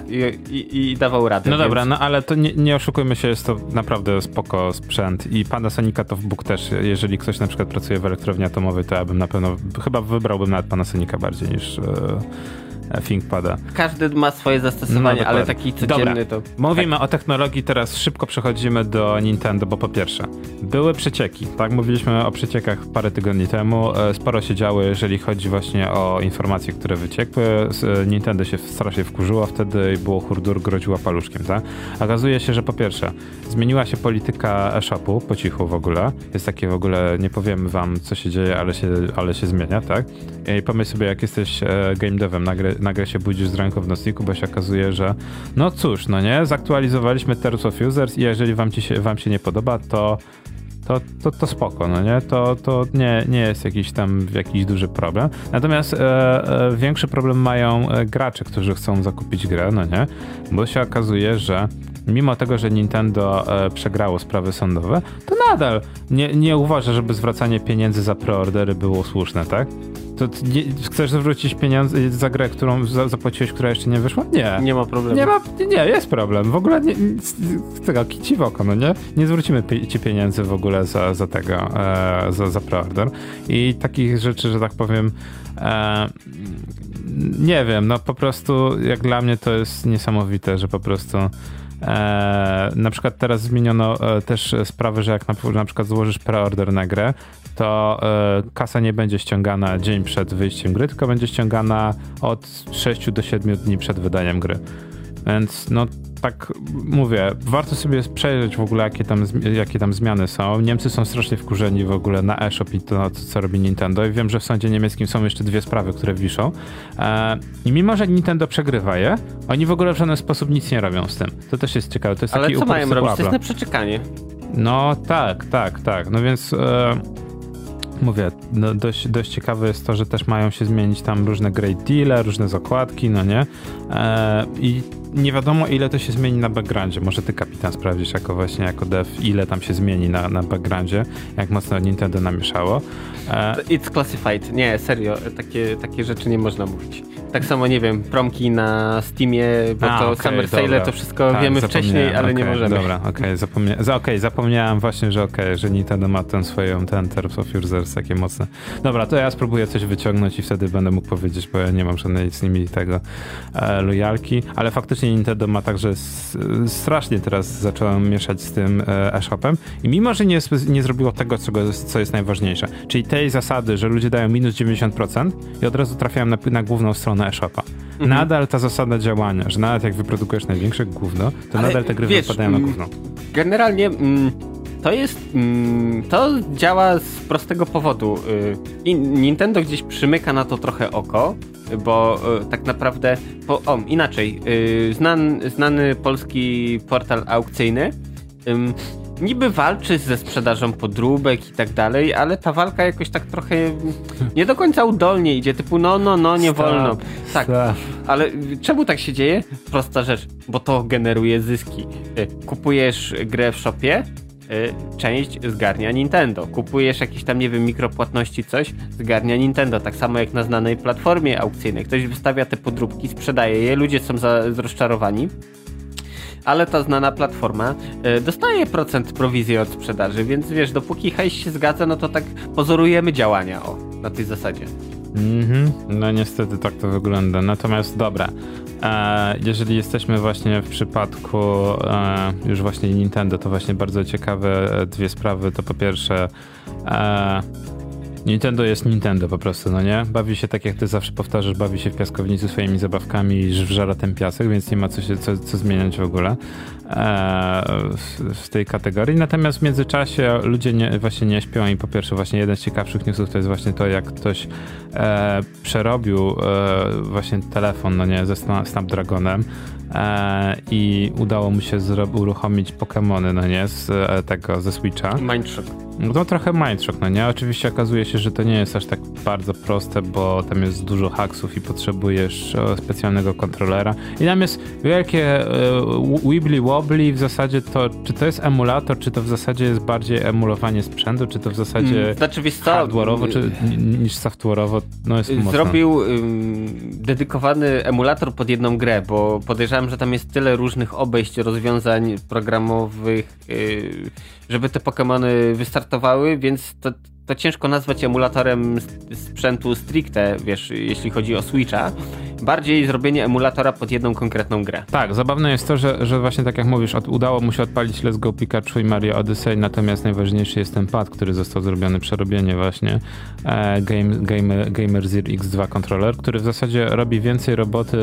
i dawał radę. No więc... dobra, no ale to nie oszukujmy się, jest to naprawdę spoko sprzęt i Panasonica to w Bóg też, jeżeli ktoś na przykład pracuje w elektrowni atomowej, to ja bym na pewno, chyba wybrałbym nawet Panasonica bardziej niż ThinkPada. Każdy ma swoje zastosowanie, No, ale taki codzienny to... Mówimy o technologii, teraz szybko przechodzimy do Nintendo, bo po pierwsze, były przecieki, tak? Mówiliśmy o przeciekach parę tygodni temu, sporo się działo, jeżeli chodzi właśnie o informacje, które wyciekły. Nintendo się strasznie wkurzyło wtedy i było hurdur, groziła paluszkiem, tak? Okazuje się, że po pierwsze, zmieniła się polityka e-shopu, po cichu w ogóle. Jest takie w ogóle, nie powiemy wam, co się dzieje, ale się zmienia, tak? I pomyśl sobie, jak jesteś game devem, nagle się budzisz z ręką w nocniku, bo się okazuje, że no cóż, no nie, zaktualizowaliśmy Terms of Users i jeżeli wam się nie podoba, to spoko, no nie? To nie jest jakiś duży problem. Natomiast większy problem mają gracze, którzy chcą zakupić grę, no nie? Bo się okazuje, że mimo tego, że Nintendo przegrało sprawy sądowe, to nadal nie uważa, żeby zwracanie pieniędzy za preordery było słuszne, tak? To chcesz zwrócić pieniądze za grę, którą zapłaciłeś, która jeszcze nie wyszła? Nie. Nie ma problemu. Nie, jest problem. W ogóle tego kici w oko, no nie? Nie zwrócimy ci pieniędzy w ogóle za tego, za preorder. I takich rzeczy, że tak powiem, nie wiem, no po prostu jak dla mnie to jest niesamowite, że po prostu na przykład teraz zmieniono też sprawę, że jak na przykład złożysz preorder na grę, to kasa nie będzie ściągana dzień przed wyjściem gry, tylko będzie ściągana od 6 do 7 dni przed wydaniem gry. Więc no tak mówię, warto sobie przejrzeć w ogóle jakie tam zmiany są. Niemcy są strasznie wkurzeni w ogóle na eShop i to, co robi Nintendo. I wiem, że w sądzie niemieckim są jeszcze 2 sprawy, które wiszą. I mimo, że Nintendo przegrywa je, oni w ogóle w żaden sposób nic nie robią z tym. To też jest ciekawe. To jest ale taki co mają robić? Puebla. To jest na przeczekanie. No tak. No więc mówię, no dość ciekawe jest to, że też mają się zmienić tam różne great deale, różne zakładki, no nie? I nie wiadomo, ile to się zmieni na backgroundzie. Może ty, kapitan, sprawdzisz jako dev, ile tam się zmieni na backgroundzie, jak mocno Nintendo namieszało. It's classified. Nie, serio, takie rzeczy nie można mówić. Tak samo, nie wiem, promki na Steamie, bo to Summer Sale, to wszystko wiemy wcześniej, ale nie możemy. Dobra, zapomniałem właśnie, że Nintendo ma ten Terms of Users jest takie mocne. Dobra, to ja spróbuję coś wyciągnąć i wtedy będę mógł powiedzieć, bo ja nie mam żadnej z nimi tego lojalki, ale faktycznie Nintendo ma także strasznie teraz zacząłem mieszać z tym e-shopem i mimo, że nie zrobiło tego, co jest najważniejsze, czyli tej zasady, że ludzie dają minus 90% i od razu trafiają na główną stronę e-shopa. Nadal ta zasada działania, że nawet jak wyprodukujesz największe gówno, to ale nadal te gry wypadają na gówno. Generalnie to działa z prostego powodu. Nintendo gdzieś przymyka na to trochę oko, bo tak naprawdę inaczej, znany polski portal aukcyjny niby walczy ze sprzedażą podróbek i tak dalej, ale ta walka jakoś tak trochę nie do końca udolnie idzie, typu nie wolno. Tak, ale czemu tak się dzieje? Prosta rzecz, bo to generuje zyski. Kupujesz grę w shopie, część zgarnia Nintendo. Kupujesz jakieś tam, nie wiem, mikropłatności, coś, zgarnia Nintendo. Tak samo jak na znanej platformie aukcyjnej. Ktoś wystawia te podróbki, sprzedaje je, ludzie są rozczarowani. Ale ta znana platforma dostaje procent prowizji od sprzedaży, więc wiesz, dopóki hejs się zgadza, no to tak pozorujemy działania na tej zasadzie. No niestety tak to wygląda. Natomiast dobra, jeżeli jesteśmy właśnie w przypadku już właśnie Nintendo, to właśnie bardzo ciekawe dwie sprawy. To po pierwsze Nintendo jest Nintendo po prostu, no nie? Bawi się tak, jak ty zawsze powtarzasz, bawi się w piaskownicy swoimi zabawkami i wżera ten piasek, więc nie ma co zmieniać w ogóle w tej kategorii. Natomiast w międzyczasie ludzie właśnie nie śpią i po pierwsze właśnie jeden z ciekawszych newsów to jest właśnie to, jak ktoś przerobił właśnie telefon, no nie, ze Snapdragonem i udało mu się uruchomić Pokemony, no nie, ze Switcha. Mindshock. No to trochę Mindshock, no nie? Oczywiście okazuje się, że to nie jest aż tak bardzo proste, bo tam jest dużo haksów i potrzebujesz specjalnego kontrolera. I tam jest wielkie wibbly wobbly w zasadzie to, czy to jest emulator, czy to w zasadzie jest bardziej emulowanie sprzętu, czy to w zasadzie hardware'owo, czy niż software'owo, no jest mocno. Zrobił dedykowany emulator pod jedną grę, bo podejrzewam, że tam jest tyle różnych obejść, rozwiązań programowych, żeby te Pokemony wystartowały, więc to ciężko nazwać emulatorem sprzętu stricte, wiesz, jeśli chodzi o Switcha. Bardziej zrobienie emulatora pod jedną konkretną grę. Tak, zabawne jest to, że właśnie tak jak mówisz, udało mu się odpalić Let's Go Pikachu i Mario Odyssey, natomiast najważniejszy jest ten pad, który został zrobiony, przerobienie właśnie Gamer Zir X2 kontroler, który w zasadzie robi więcej roboty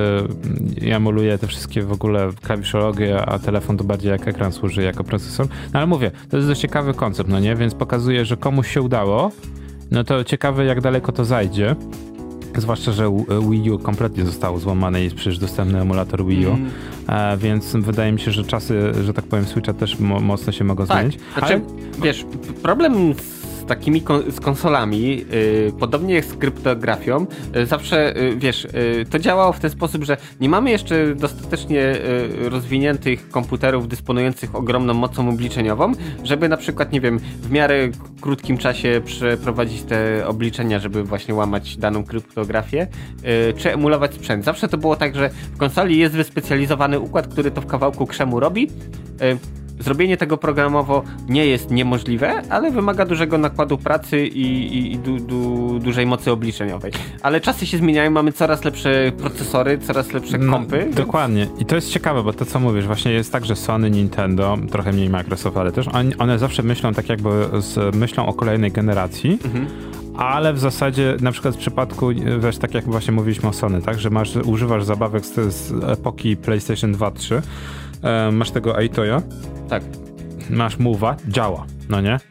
i emuluje te wszystkie w ogóle klawiszologię, a telefon to bardziej jak ekran służy jako procesor. No ale mówię, to jest dość ciekawy koncept, no nie? Więc pokazuje, że komuś się udało, no to ciekawe jak daleko to zajdzie. Zwłaszcza, że Wii U kompletnie zostało złamane i jest przecież dostępny emulator Wii U, więc wydaje mi się, że czasy, że tak powiem, Switcha też mocno się mogą zmienić. Znaczy, ale wiesz, problem z takimi z konsolami, podobnie jak z kryptografią, zawsze, wiesz, to działało w ten sposób, że nie mamy jeszcze dostatecznie rozwiniętych komputerów dysponujących ogromną mocą obliczeniową, żeby na przykład, nie wiem, w miarę krótkim czasie przeprowadzić te obliczenia, żeby właśnie łamać daną kryptografię, czy emulować sprzęt. Zawsze to było tak, że w konsoli jest wyspecjalizowany układ, który to w kawałku krzemu robi. Zrobienie tego programowo nie jest niemożliwe, ale wymaga dużego nakładu pracy i dużej mocy obliczeniowej. Ale czasy się zmieniają, mamy coraz lepsze procesory, coraz lepsze kompy. No, dokładnie. I to jest ciekawe, bo to co mówisz, właśnie jest tak, że Sony, Nintendo, trochę mniej Microsoft, ale też one zawsze myślą tak jakby myślą o kolejnej generacji. Ale w zasadzie, na przykład w przypadku, wiesz, tak jak właśnie mówiliśmy o Sony, tak, że używasz zabawek z epoki PlayStation 2-3, masz tego Aitoya, tak, masz Move'a, działa, no nie?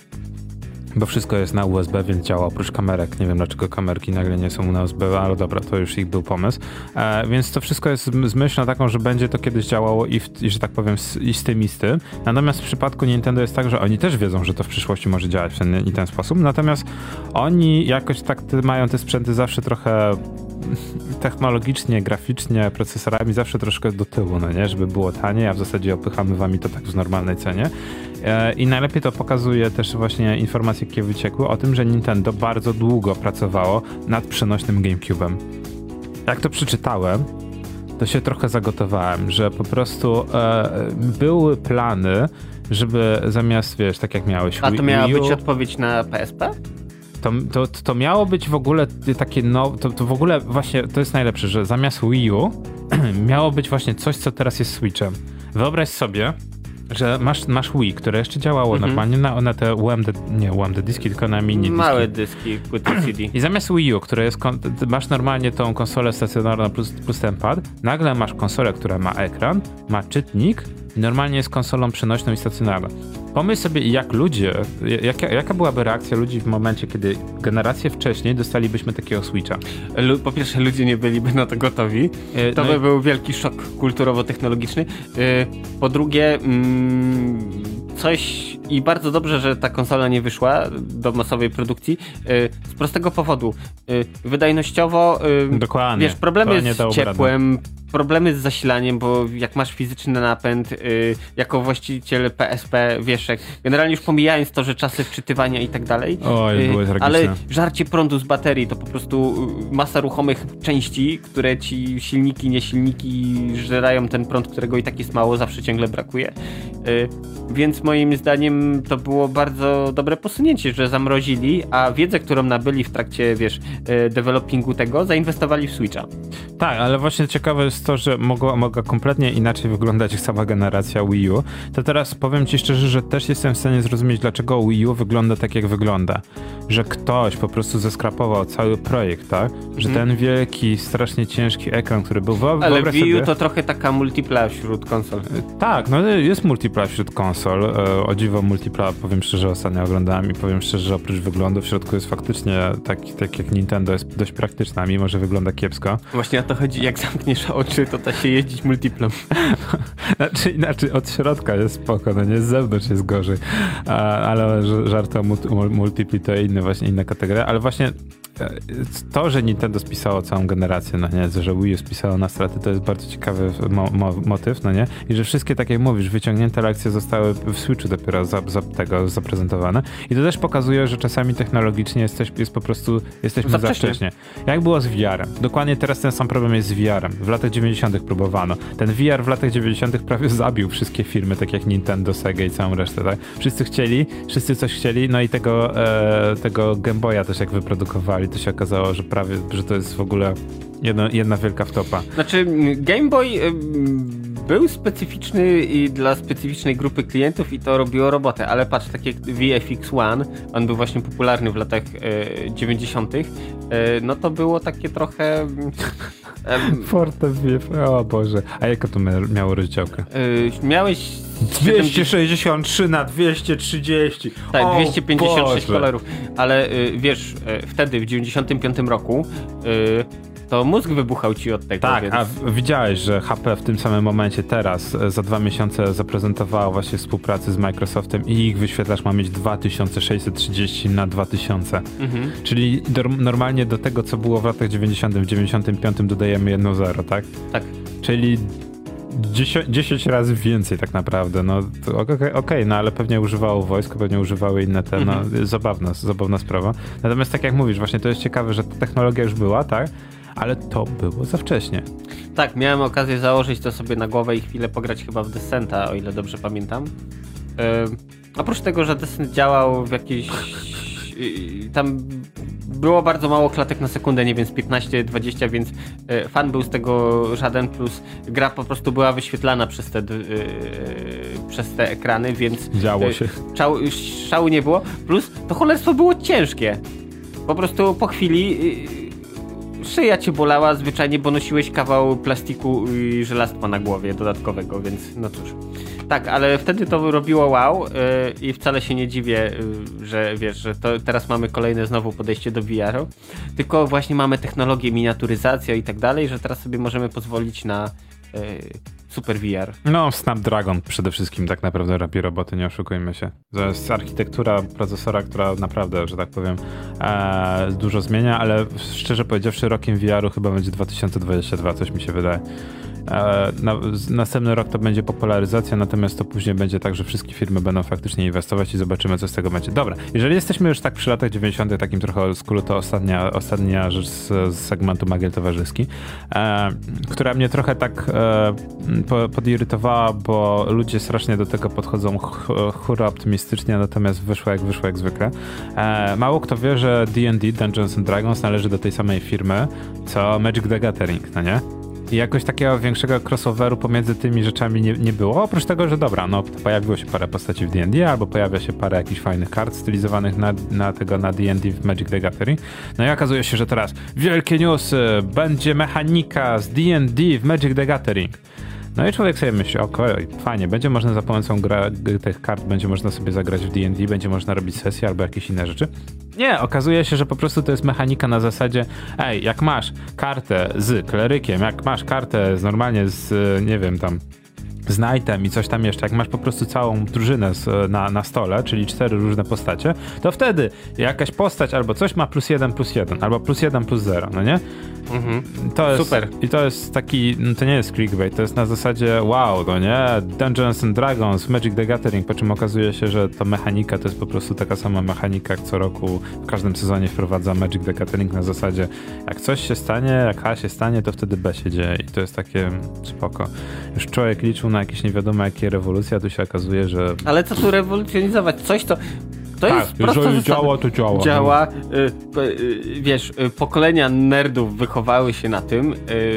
Bo wszystko jest na USB, więc działa oprócz kamerek. Nie wiem, dlaczego kamerki nagle nie są na USB, ale dobra, to już ich był pomysł. Więc to wszystko jest z myślą taką, że będzie to kiedyś działało i że tak powiem, i z tym, i z tym. Natomiast w przypadku Nintendo jest tak, że oni też wiedzą, że to w przyszłości może działać w ten sposób. Natomiast oni jakoś tak mają te sprzęty zawsze trochę technologicznie, graficznie, procesorami zawsze troszkę do tyłu, no nie? Żeby było taniej, a w zasadzie opychamy wami to tak w normalnej cenie. I najlepiej to pokazuje też właśnie informacje, jakie wyciekły o tym, że Nintendo bardzo długo pracowało nad przenośnym GameCube'em. Jak to przeczytałem, to się trochę zagotowałem, że po prostu były plany, żeby zamiast, wiesz, tak jak miałeś A to miała być odpowiedź na PSP? To miało być w ogóle takie to w ogóle właśnie to jest najlepsze, że zamiast Wii U miało być właśnie coś, co teraz jest Switchem. Wyobraź sobie, że masz Wii, które jeszcze działało normalnie na te UMD dyski, tylko na mini dyski. Małe dyski, płyty CD. I zamiast Wii U, które jest masz normalnie tą konsolę stacjonarną plus ten pad, nagle masz konsolę, która ma ekran, ma czytnik i normalnie jest konsolą przenośną i stacjonarną. Pomyśl sobie, jak ludzie, jaka byłaby reakcja ludzi w momencie, kiedy generację wcześniej dostalibyśmy takiego Switcha? Po pierwsze, ludzie nie byliby na to gotowi. To by był wielki szok kulturowo-technologiczny. Po drugie, i bardzo dobrze, że ta konsola nie wyszła do masowej produkcji z prostego powodu. Wydajnościowo, dokładnie, wiesz, problemy z ciepłem, problemy z zasilaniem, bo jak masz fizyczny napęd jako właściciel PSP, wiesz, generalnie już pomijając to, że czasy wczytywania i tak dalej, były tragiczne. Ale żarcie prądu z baterii to po prostu masa ruchomych części, które ci silniki, niesilniki żerają ten prąd, którego i tak jest mało, zawsze ciągle brakuje. Więc moim zdaniem to było bardzo dobre posunięcie, że zamrozili, a wiedzę, którą nabyli w trakcie, wiesz, developingu tego, zainwestowali w Switcha. Tak, ale właśnie ciekawe jest to, że mogła kompletnie inaczej wyglądać cała generacja Wii U. To teraz powiem ci szczerze, że też jestem w stanie zrozumieć, dlaczego Wii U wygląda tak, jak wygląda. Że ktoś po prostu zeskrapował cały projekt, tak? Że ten wielki, strasznie ciężki ekran, który był... Ale Wii U to trochę taka multipla wśród konsol. Tak, no jest multipla wśród konsol. O dziwo multipla, powiem szczerze, ostatnio oglądałem i powiem szczerze, że oprócz wyglądu w środku jest faktycznie tak jak Nintendo, jest dość praktyczna, mimo że wygląda kiepsko. Właśnie o to chodzi, jak zamkniesz oczy, to da się jeździć multiplą. Znaczy od środka jest spoko, no nie, z zewnątrz jest gorzej. Ale żarty o multipli to inna kategoria, ale właśnie to, że Nintendo spisało całą generację, no nie, że Wii U spisało na straty, to jest bardzo ciekawy motyw, no nie? I że wszystkie, tak jak mówisz, wyciągnięte lekcje zostały w Switchu dopiero zaprezentowane. I to też pokazuje, że czasami technologicznie jesteśmy za wcześnie. Jak było z VR-em? Dokładnie teraz ten sam problem jest z VR-em. W latach 90. próbowano. Ten VR w latach 90. prawie zabił wszystkie firmy, tak jak Nintendo, Sega i całą resztę, tak? Wszyscy coś chcieli, no i tego Game Boya też jak wyprodukowali, to się okazało, że to jest w ogóle jedna wielka wtopa. Znaczy, Game Boy był specyficzny i dla specyficznej grupy klientów i to robiło robotę, ale patrz, tak jak VFX-1, on był właśnie popularny w latach 90. No to było takie trochę... Forte VF, o Boże. A jaka to miało rozdziałkę? Miałeś 263 na 230. Tak, 256 kolorów. Ale wiesz, wtedy w 95 roku to mózg wybuchał ci od tego. Tak, więc... a widziałeś, że HP w tym samym momencie teraz za 2 miesiące zaprezentowało właśnie współpracę z Microsoftem i ich wyświetlacz ma mieć 2630 na 2000. Czyli normalnie do tego, co było w latach 90, w 95 dodajemy 1.0, tak? Tak. Czyli 10 razy więcej tak naprawdę. No okej, no ale pewnie używało wojsko, pewnie używały inne te, no zabawna sprawa. Natomiast tak jak mówisz, właśnie to jest ciekawe, że ta technologia już była, tak? Ale to było za wcześnie. Tak, miałem okazję założyć to sobie na głowę i chwilę pograć chyba w Descenta, o ile dobrze pamiętam. Oprócz tego, że Descent działał w jakiejś... tam było bardzo mało klatek na sekundę, nie wiem, z 15-20, więc fan był z tego żaden, plus gra po prostu była wyświetlana przez te ekrany, więc działo się. Szału nie było, plus to cholerstwo było ciężkie. Po prostu po chwili szyja cię bolała zwyczajnie, bo nosiłeś kawał plastiku i żelastwa na głowie dodatkowego, więc no cóż. Tak, ale wtedy to robiło wow i wcale się nie dziwię, że wiesz, że teraz mamy kolejne znowu podejście do VR-u, tylko właśnie mamy technologię, miniaturyzację i tak dalej, że teraz sobie możemy pozwolić na super VR. No, Snapdragon przede wszystkim tak naprawdę robi roboty, nie oszukujmy się. To jest architektura procesora, która naprawdę, że tak powiem, dużo zmienia, ale szczerze powiedziawszy rokiem VR-u chyba będzie 2022, coś mi się wydaje. Następny rok to będzie popularyzacja, natomiast to później będzie tak, że wszystkie firmy będą faktycznie inwestować i zobaczymy, co z tego będzie. Dobra, jeżeli jesteśmy już tak przy latach 90., takim trochę oldschoolu, to ostatnia rzecz z segmentu Magiel Towarzyski, która mnie trochę tak podirytowała, bo ludzie strasznie do tego podchodzą hura optymistycznie, natomiast wyszło jak zwykle. Mało kto wie, że D&D, Dungeons and Dragons, należy do tej samej firmy, co Magic the Gathering, no nie? I jakoś takiego większego crossoveru pomiędzy tymi rzeczami nie było, oprócz tego, że dobra, no pojawiło się parę postaci w D&D, albo pojawia się parę jakichś fajnych kart stylizowanych na D&D w Magic the Gathering. No i okazuje się, że teraz wielkie newsy, będzie mechanika z D&D w Magic the Gathering. No i człowiek sobie myśli, okej, fajnie, będzie można za pomocą tych kart, będzie można sobie zagrać w D&D, będzie można robić sesje albo jakieś inne rzeczy. Nie, okazuje się, że po prostu to jest mechanika na zasadzie, jak masz kartę z klerykiem, jak masz kartę normalnie z, nie wiem, tam z Knightem i coś tam jeszcze, jak masz po prostu całą drużynę na stole, czyli 4 różne postacie, to wtedy jakaś postać albo coś ma +1/+1, albo +1/+0, no nie? Mhm. To jest, super. I to jest taki, no to nie jest clickbait, to jest na zasadzie wow, no nie? Dungeons and Dragons, Magic the Gathering, po czym okazuje się, że to mechanika to jest po prostu taka sama mechanika, jak co roku w każdym sezonie wprowadza Magic the Gathering na zasadzie, jak coś się stanie, jak A się stanie, to wtedy B się dzieje i to jest takie spoko. Już człowiek liczył na jakieś nie wiadomo jakie rewolucje, a tu się okazuje, że... Ale co tu rewolucjonizować? Coś to... To tak, jest prosta jeżeli zasada. działa, to działa. Działa. Wiesz, pokolenia nerdów wychowały się na tym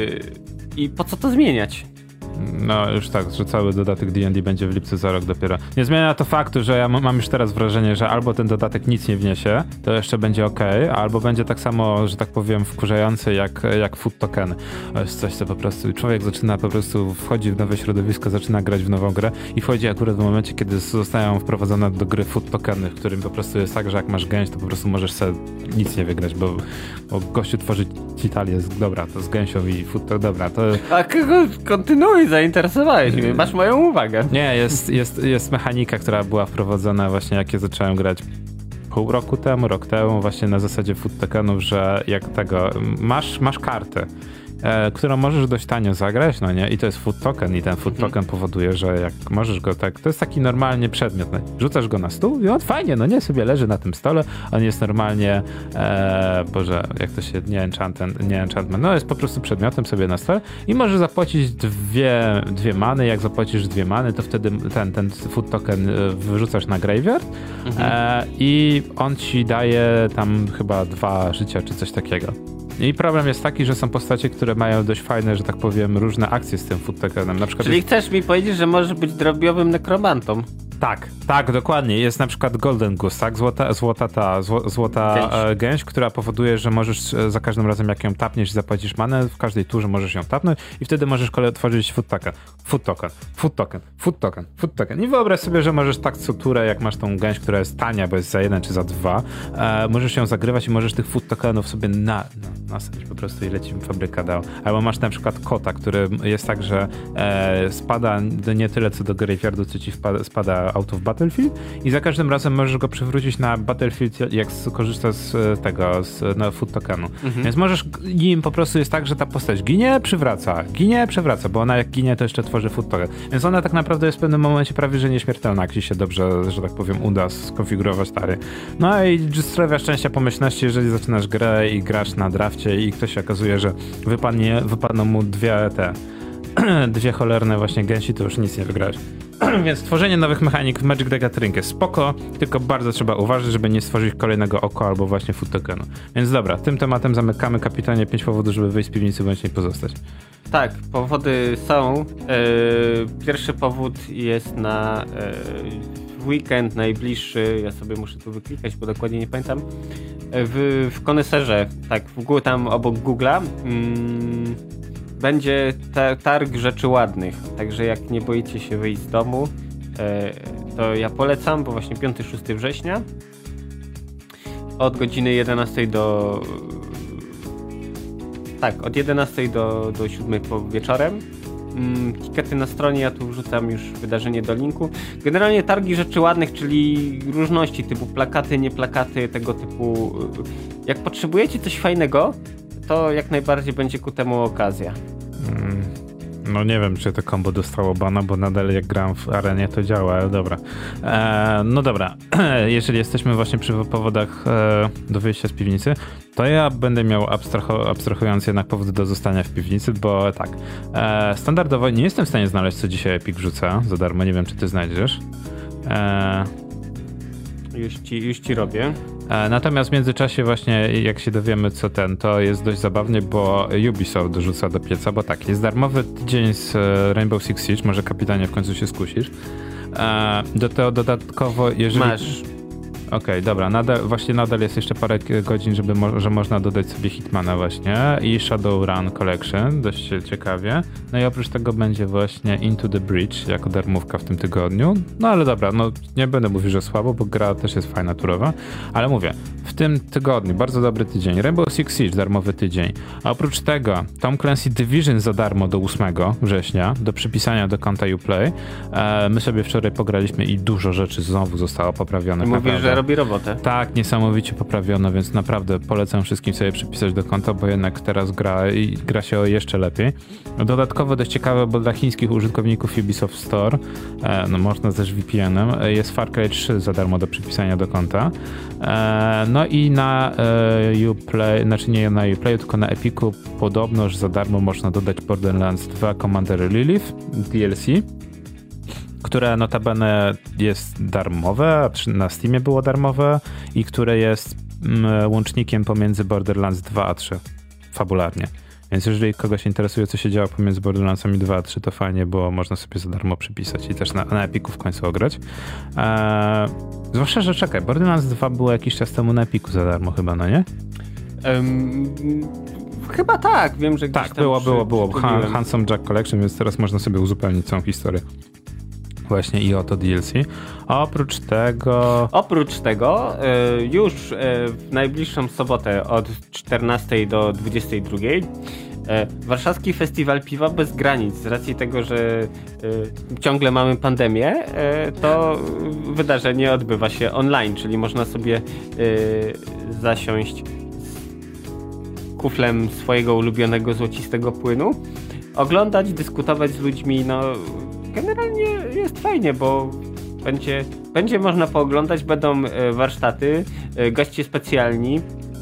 i po co to zmieniać? No już tak, że cały dodatek D&D będzie w lipcu za rok dopiero. Nie zmienia to faktu, że ja mam już teraz wrażenie, że albo ten dodatek nic nie wniesie, to jeszcze będzie okej, albo będzie tak samo, że tak powiem, wkurzający jak food tokeny. To jest coś, co po prostu człowiek zaczyna po prostu, wchodzi w nowe środowisko, zaczyna grać w nową grę i wchodzi akurat w momencie, kiedy zostają wprowadzone do gry food tokeny, w którym po prostu jest tak, że jak masz gęś, to po prostu możesz sobie nic nie wygrać, bo gościu tworzy ci talię, dobra, to z gęsią i food to dobra, to... A kontynuuj, zainteresowałeś mnie, masz moją uwagę. Nie, jest mechanika, która była wprowadzona właśnie jak ja zacząłem grać rok temu, właśnie na zasadzie food tokenów, że jak tego, masz kartę, którą możesz dość tanio zagrać, no nie? I to jest food token i ten food token powoduje, że jak możesz go tak, to jest taki normalnie przedmiot, no, rzucasz go na stół i on fajnie, no nie, sobie leży na tym stole, on jest normalnie, Boże, jak to się, nie enchantment, no jest po prostu przedmiotem sobie na stole i możesz zapłacić dwie many, jak zapłacisz 2 many, to wtedy ten food token wyrzucasz na graveyard i on ci daje tam chyba 2 życia czy coś takiego. I problem jest taki, że są postacie, które mają dość fajne, że tak powiem, różne akcje z tym food tokenem. Na przykład czyli chcesz mi powiedzieć, że możesz być drobiowym nekromantą? Tak, dokładnie. Jest na przykład Golden Goose, tak? Złota gęś, która powoduje, że możesz za każdym razem, jak ją tapniesz i zapłacisz manę, w każdej turze możesz ją tapnąć i wtedy możesz tworzyć food token. I wyobraź sobie, że możesz tak co turę, jak masz tą gęś, która jest tania, bo jest za 1 czy za 2, możesz ją zagrywać i możesz tych food tokenów sobie nasadzić po prostu, ile ci fabryka dała. Albo masz na przykład kota, który jest tak, że spada nie tyle co do graveyardu, co ci spada out of battlefield i za każdym razem możesz go przywrócić na battlefield, jak korzystasz z tego, food tokenu. Więc możesz nim po prostu jest tak, że ta postać ginie, przywraca, bo ona jak ginie, to jeszcze tworzy food token. Więc ona tak naprawdę jest w pewnym momencie prawie, że nieśmiertelna, jak ci się dobrze, że tak powiem, uda skonfigurować stary. No i zdrowia, szczęścia, pomyślności, jeżeli zaczynasz grę i grasz na drafcie i ktoś się okazuje, że wypadną mu dwie cholerne właśnie gęsi, to już nic nie wygrać. Więc tworzenie nowych mechanik w Magic the Gathering jest spoko, tylko bardzo trzeba uważać, żeby nie stworzyć kolejnego oko albo właśnie food tokenu. Więc dobra, tym tematem zamykamy, kapitanie. 5 powodów, żeby wyjść z piwnicy bądź nie pozostać. Tak, powody są. Pierwszy powód jest na weekend najbliższy, ja sobie muszę tu wyklikać, bo dokładnie nie pamiętam, w Koneserze, tak, tam obok Google'a, będzie targ rzeczy ładnych, także jak nie boicie się wyjść z domu, to ja polecam, bo właśnie 5-6 września od godziny 11 do... Tak, od 11 do 7 wieczorem. Tikety na stronie, ja tu wrzucam już wydarzenie do linku. Generalnie targi rzeczy ładnych, czyli różności typu plakaty, nie plakaty, tego typu. Jak potrzebujecie coś fajnego, to jak najbardziej będzie ku temu okazja. No nie wiem, czy to combo dostało bana, bo nadal jak gram w arenie to działa, ale dobra. No dobra, jeżeli jesteśmy właśnie przy powodach do wyjścia z piwnicy, to ja będę miał abstrahując jednak powód do zostania w piwnicy, bo tak, standardowo nie jestem w stanie znaleźć, co dzisiaj Epic wrzuca za darmo, nie wiem, czy ty znajdziesz. Już ci robię. Natomiast w międzyczasie właśnie jak się dowiemy to jest dość zabawnie, bo Ubisoft dorzuca do pieca, bo tak, jest darmowy tydzień z Rainbow Six Siege, może kapitanie w końcu się skusisz. Do tego dodatkowo, jeżeli... Masz. Okej, dobra, nadal jest jeszcze parę godzin, że można dodać sobie Hitmana właśnie i Shadowrun Collection, dość ciekawie. No i oprócz tego będzie właśnie Into the Breach jako darmówka w tym tygodniu. No ale dobra, no nie będę mówił, że słabo, bo gra też jest fajna, turowa. Ale mówię, w tym tygodniu, bardzo dobry tydzień, Rainbow Six Siege, darmowy tydzień. A oprócz tego Tom Clancy Division za darmo do 8 września, do przypisania do konta Uplay. My sobie wczoraj pograliśmy i dużo rzeczy znowu zostało poprawionych. Mówisz, że robi robotę. Tak, niesamowicie poprawiono, więc naprawdę polecam wszystkim sobie przypisać do konta, bo jednak teraz gra się o jeszcze lepiej. Dodatkowo dość ciekawe, bo dla chińskich użytkowników Ubisoft Store, no można też VPN-em, jest Far Cry 3 za darmo do przypisania do konta. No i na Uplay, znaczy nie na Uplay, tylko na Epiku podobnoż za darmo można dodać Borderlands 2 Commander Lilith DLC, które notabene jest darmowe, na Steamie było darmowe i które jest łącznikiem pomiędzy Borderlands 2 a 3 fabularnie. Więc jeżeli kogoś interesuje, co się działo pomiędzy Borderlandsami 2 a 3, to fajnie, bo można sobie za darmo przypisać i też na Epiku w końcu ograć. Zwłaszcza, że czekaj, Borderlands 2 było jakiś czas temu na Epiku za darmo chyba, no nie? Chyba tak, wiem, że gdzieś tak, tam było. Handsome Jack Collection, więc teraz można sobie uzupełnić całą historię. Właśnie i oto DLC. Oprócz tego już w najbliższą sobotę od 14 do 22 Warszawski Festiwal Piwa Bez Granic. Z racji tego, że ciągle mamy pandemię, to wydarzenie odbywa się online, czyli można sobie zasiąść z kuflem swojego ulubionego złocistego płynu, oglądać, dyskutować z ludźmi, no generalnie jest fajnie, bo będzie można pooglądać, będą warsztaty, goście specjalni,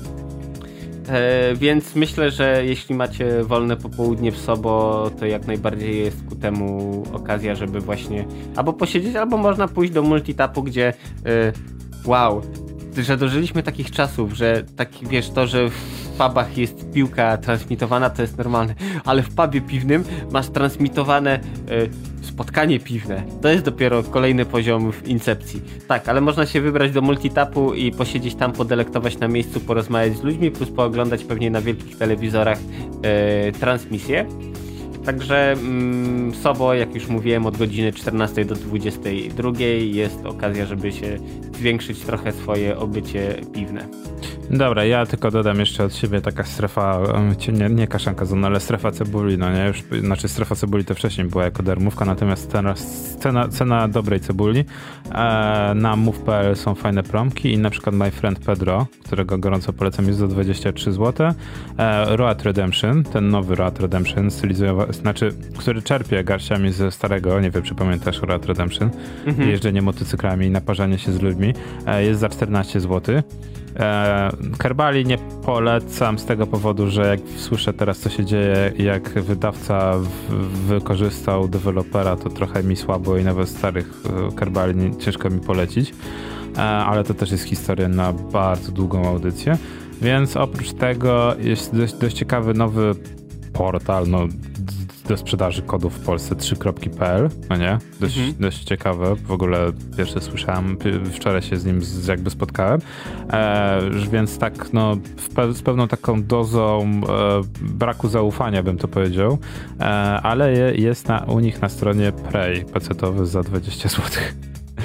więc myślę, że jeśli macie wolne popołudnie w sobą, to jak najbardziej jest ku temu okazja, żeby właśnie albo posiedzieć, albo można pójść do multitapu, gdzie wow, że dożyliśmy takich czasów, że taki, wiesz, to, że w pubach jest piłka transmitowana, to jest normalne, ale w pubie piwnym masz transmitowane spotkanie piwne. To jest dopiero kolejny poziom w Incepcji. Tak, ale można się wybrać do multitapu i posiedzieć tam, podelektować na miejscu, porozmawiać z ludźmi, plus pooglądać pewnie na wielkich telewizorach transmisję. Także sobą, jak już mówiłem, od godziny 14 do 22 jest okazja, żeby się zwiększyć trochę swoje obycie piwne. Dobra, ja tylko dodam jeszcze od siebie taka strefa, nie kaszanka zona, ale strefa cebuli, no nie, już, znaczy strefa cebuli to wcześniej była jako darmówka, natomiast teraz cena dobrej cebuli. Na move.pl są fajne promki i na przykład My Friend Pedro, którego gorąco polecam, jest za 23 zł. Road Redemption, ten nowy Road Redemption, który czerpie garściami ze starego, nie wiem czy pamiętasz Road Redemption, jeżdżenie motocyklami i naparzanie się z ludźmi, jest za 14 zł. Kerbali nie polecam z tego powodu, że jak słyszę teraz co się dzieje, jak wydawca wykorzystał dewelopera, to trochę mi słabo i nawet starych Kerbali ciężko mi polecić, ale to też jest historia na bardzo długą audycję, więc oprócz tego jest dość ciekawy nowy portal, no do sprzedaży kodów w Polsce 3.pl, no nie? Dość ciekawe, w ogóle pierwsze słyszałem, wczoraj się z nim jakby spotkałem, więc tak no z pewną taką dozą braku zaufania bym to powiedział, ale jest u nich na stronie Prey pecetowy za 20 zł.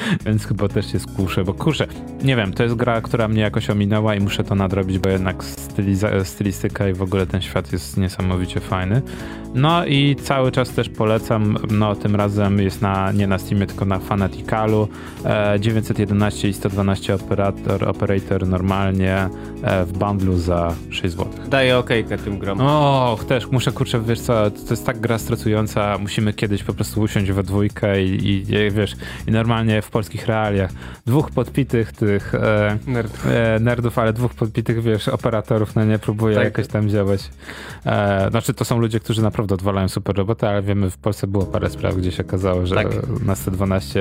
więc chyba też się skuszę, bo kurczę, nie wiem, to jest gra, która mnie jakoś ominęła i muszę to nadrobić, bo jednak stylistyka i w ogóle ten świat jest niesamowicie fajny. No i cały czas też polecam, no tym razem jest nie na Steamie, tylko na Fanaticalu, 911 i 112 Operator normalnie w bundlu za 6 zł. Daję okejkę tym grom. O, też muszę, kurczę, wiesz co, to jest tak gra stresująca, musimy kiedyś po prostu usiąść we dwójkę i wiesz, i normalnie w polskich realiach dwóch podpitych tych nerdów, ale dwóch podpitych, wiesz, operatorów, no nie próbuje tak. jakoś tam działać. Znaczy to są ludzie, którzy naprawdę odwalają super roboty, ale wiemy, w Polsce było parę spraw, gdzie się okazało, że tak. na 112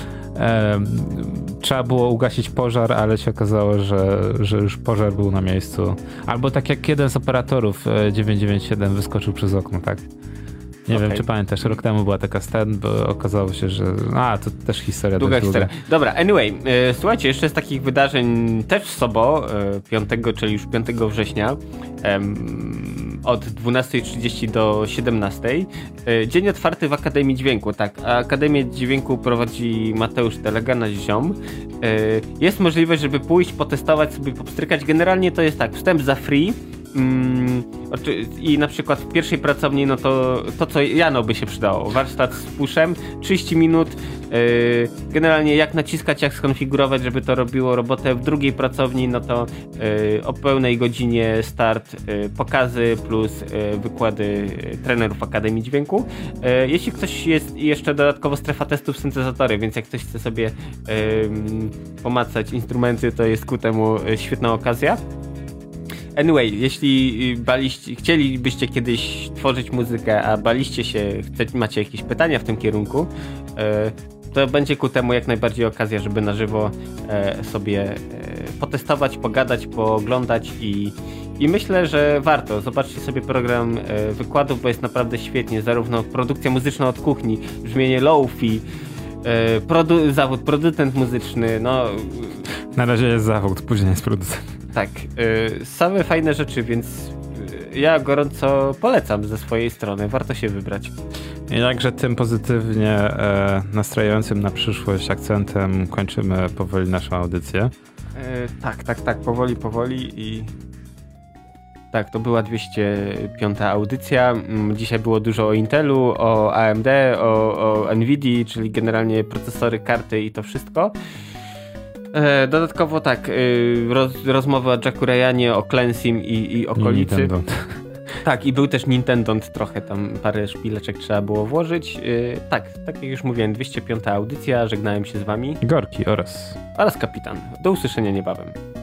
trzeba było ugasić pożar, ale się okazało, że już pożar był na miejscu. Albo tak jak jeden z operatorów 997 wyskoczył przez okno, tak? Nie wiem, czy pamiętasz, rok temu była taka scena, bo okazało się, że... to też historia. Długa historia. Dobra, anyway, słuchajcie, jeszcze z takich wydarzeń też w Sobo, 5, czyli już 5 września, od 12:30 do 17:00. Dzień otwarty w Akademii Dźwięku, tak. A Akademię Dźwięku prowadzi Mateusz Telega, nasz ziom. Jest możliwość, żeby pójść, potestować, sobie popstrykać. Generalnie to jest tak, wstęp za free. I na przykład w pierwszej pracowni, no to co Jano by się przydało. Warsztat z puszem, 30 minut. Generalnie jak naciskać, jak skonfigurować, żeby to robiło robotę. W drugiej pracowni, no to o pełnej godzinie start, pokazy plus wykłady trenerów Akademii Dźwięku. Jeśli ktoś jest jeszcze dodatkowo strefa testów syntezatory, więc jak ktoś chce sobie pomacać instrumenty, to jest ku temu świetna okazja. Anyway, jeśli chcielibyście kiedyś tworzyć muzykę, a baliście się, macie jakieś pytania w tym kierunku, to będzie ku temu jak najbardziej okazja, żeby na żywo sobie potestować, pogadać, pooglądać i myślę, że warto. Zobaczcie sobie program wykładów, bo jest naprawdę świetnie. Zarówno produkcja muzyczna od kuchni, brzmienie low-fi, zawód, producent muzyczny, no... Na razie jest zawód, później jest producent. Tak, same fajne rzeczy, więc ja gorąco polecam ze swojej strony, warto się wybrać. I także tym pozytywnie nastrajającym na przyszłość akcentem kończymy powoli naszą audycję. Tak, powoli i... Tak, to była 205. audycja. Dzisiaj było dużo o Intelu, o AMD, o Nvidii, czyli generalnie procesory, karty i to wszystko. Dodatkowo tak, rozmowy o Jacku Ryanie, o Clansim i okolicy. Tak, i był też Nintendo, trochę tam parę szpileczek trzeba było włożyć. Tak jak już mówiłem, 205. audycja, żegnałem się z wami. Gorki oraz Kapitan. Do usłyszenia niebawem.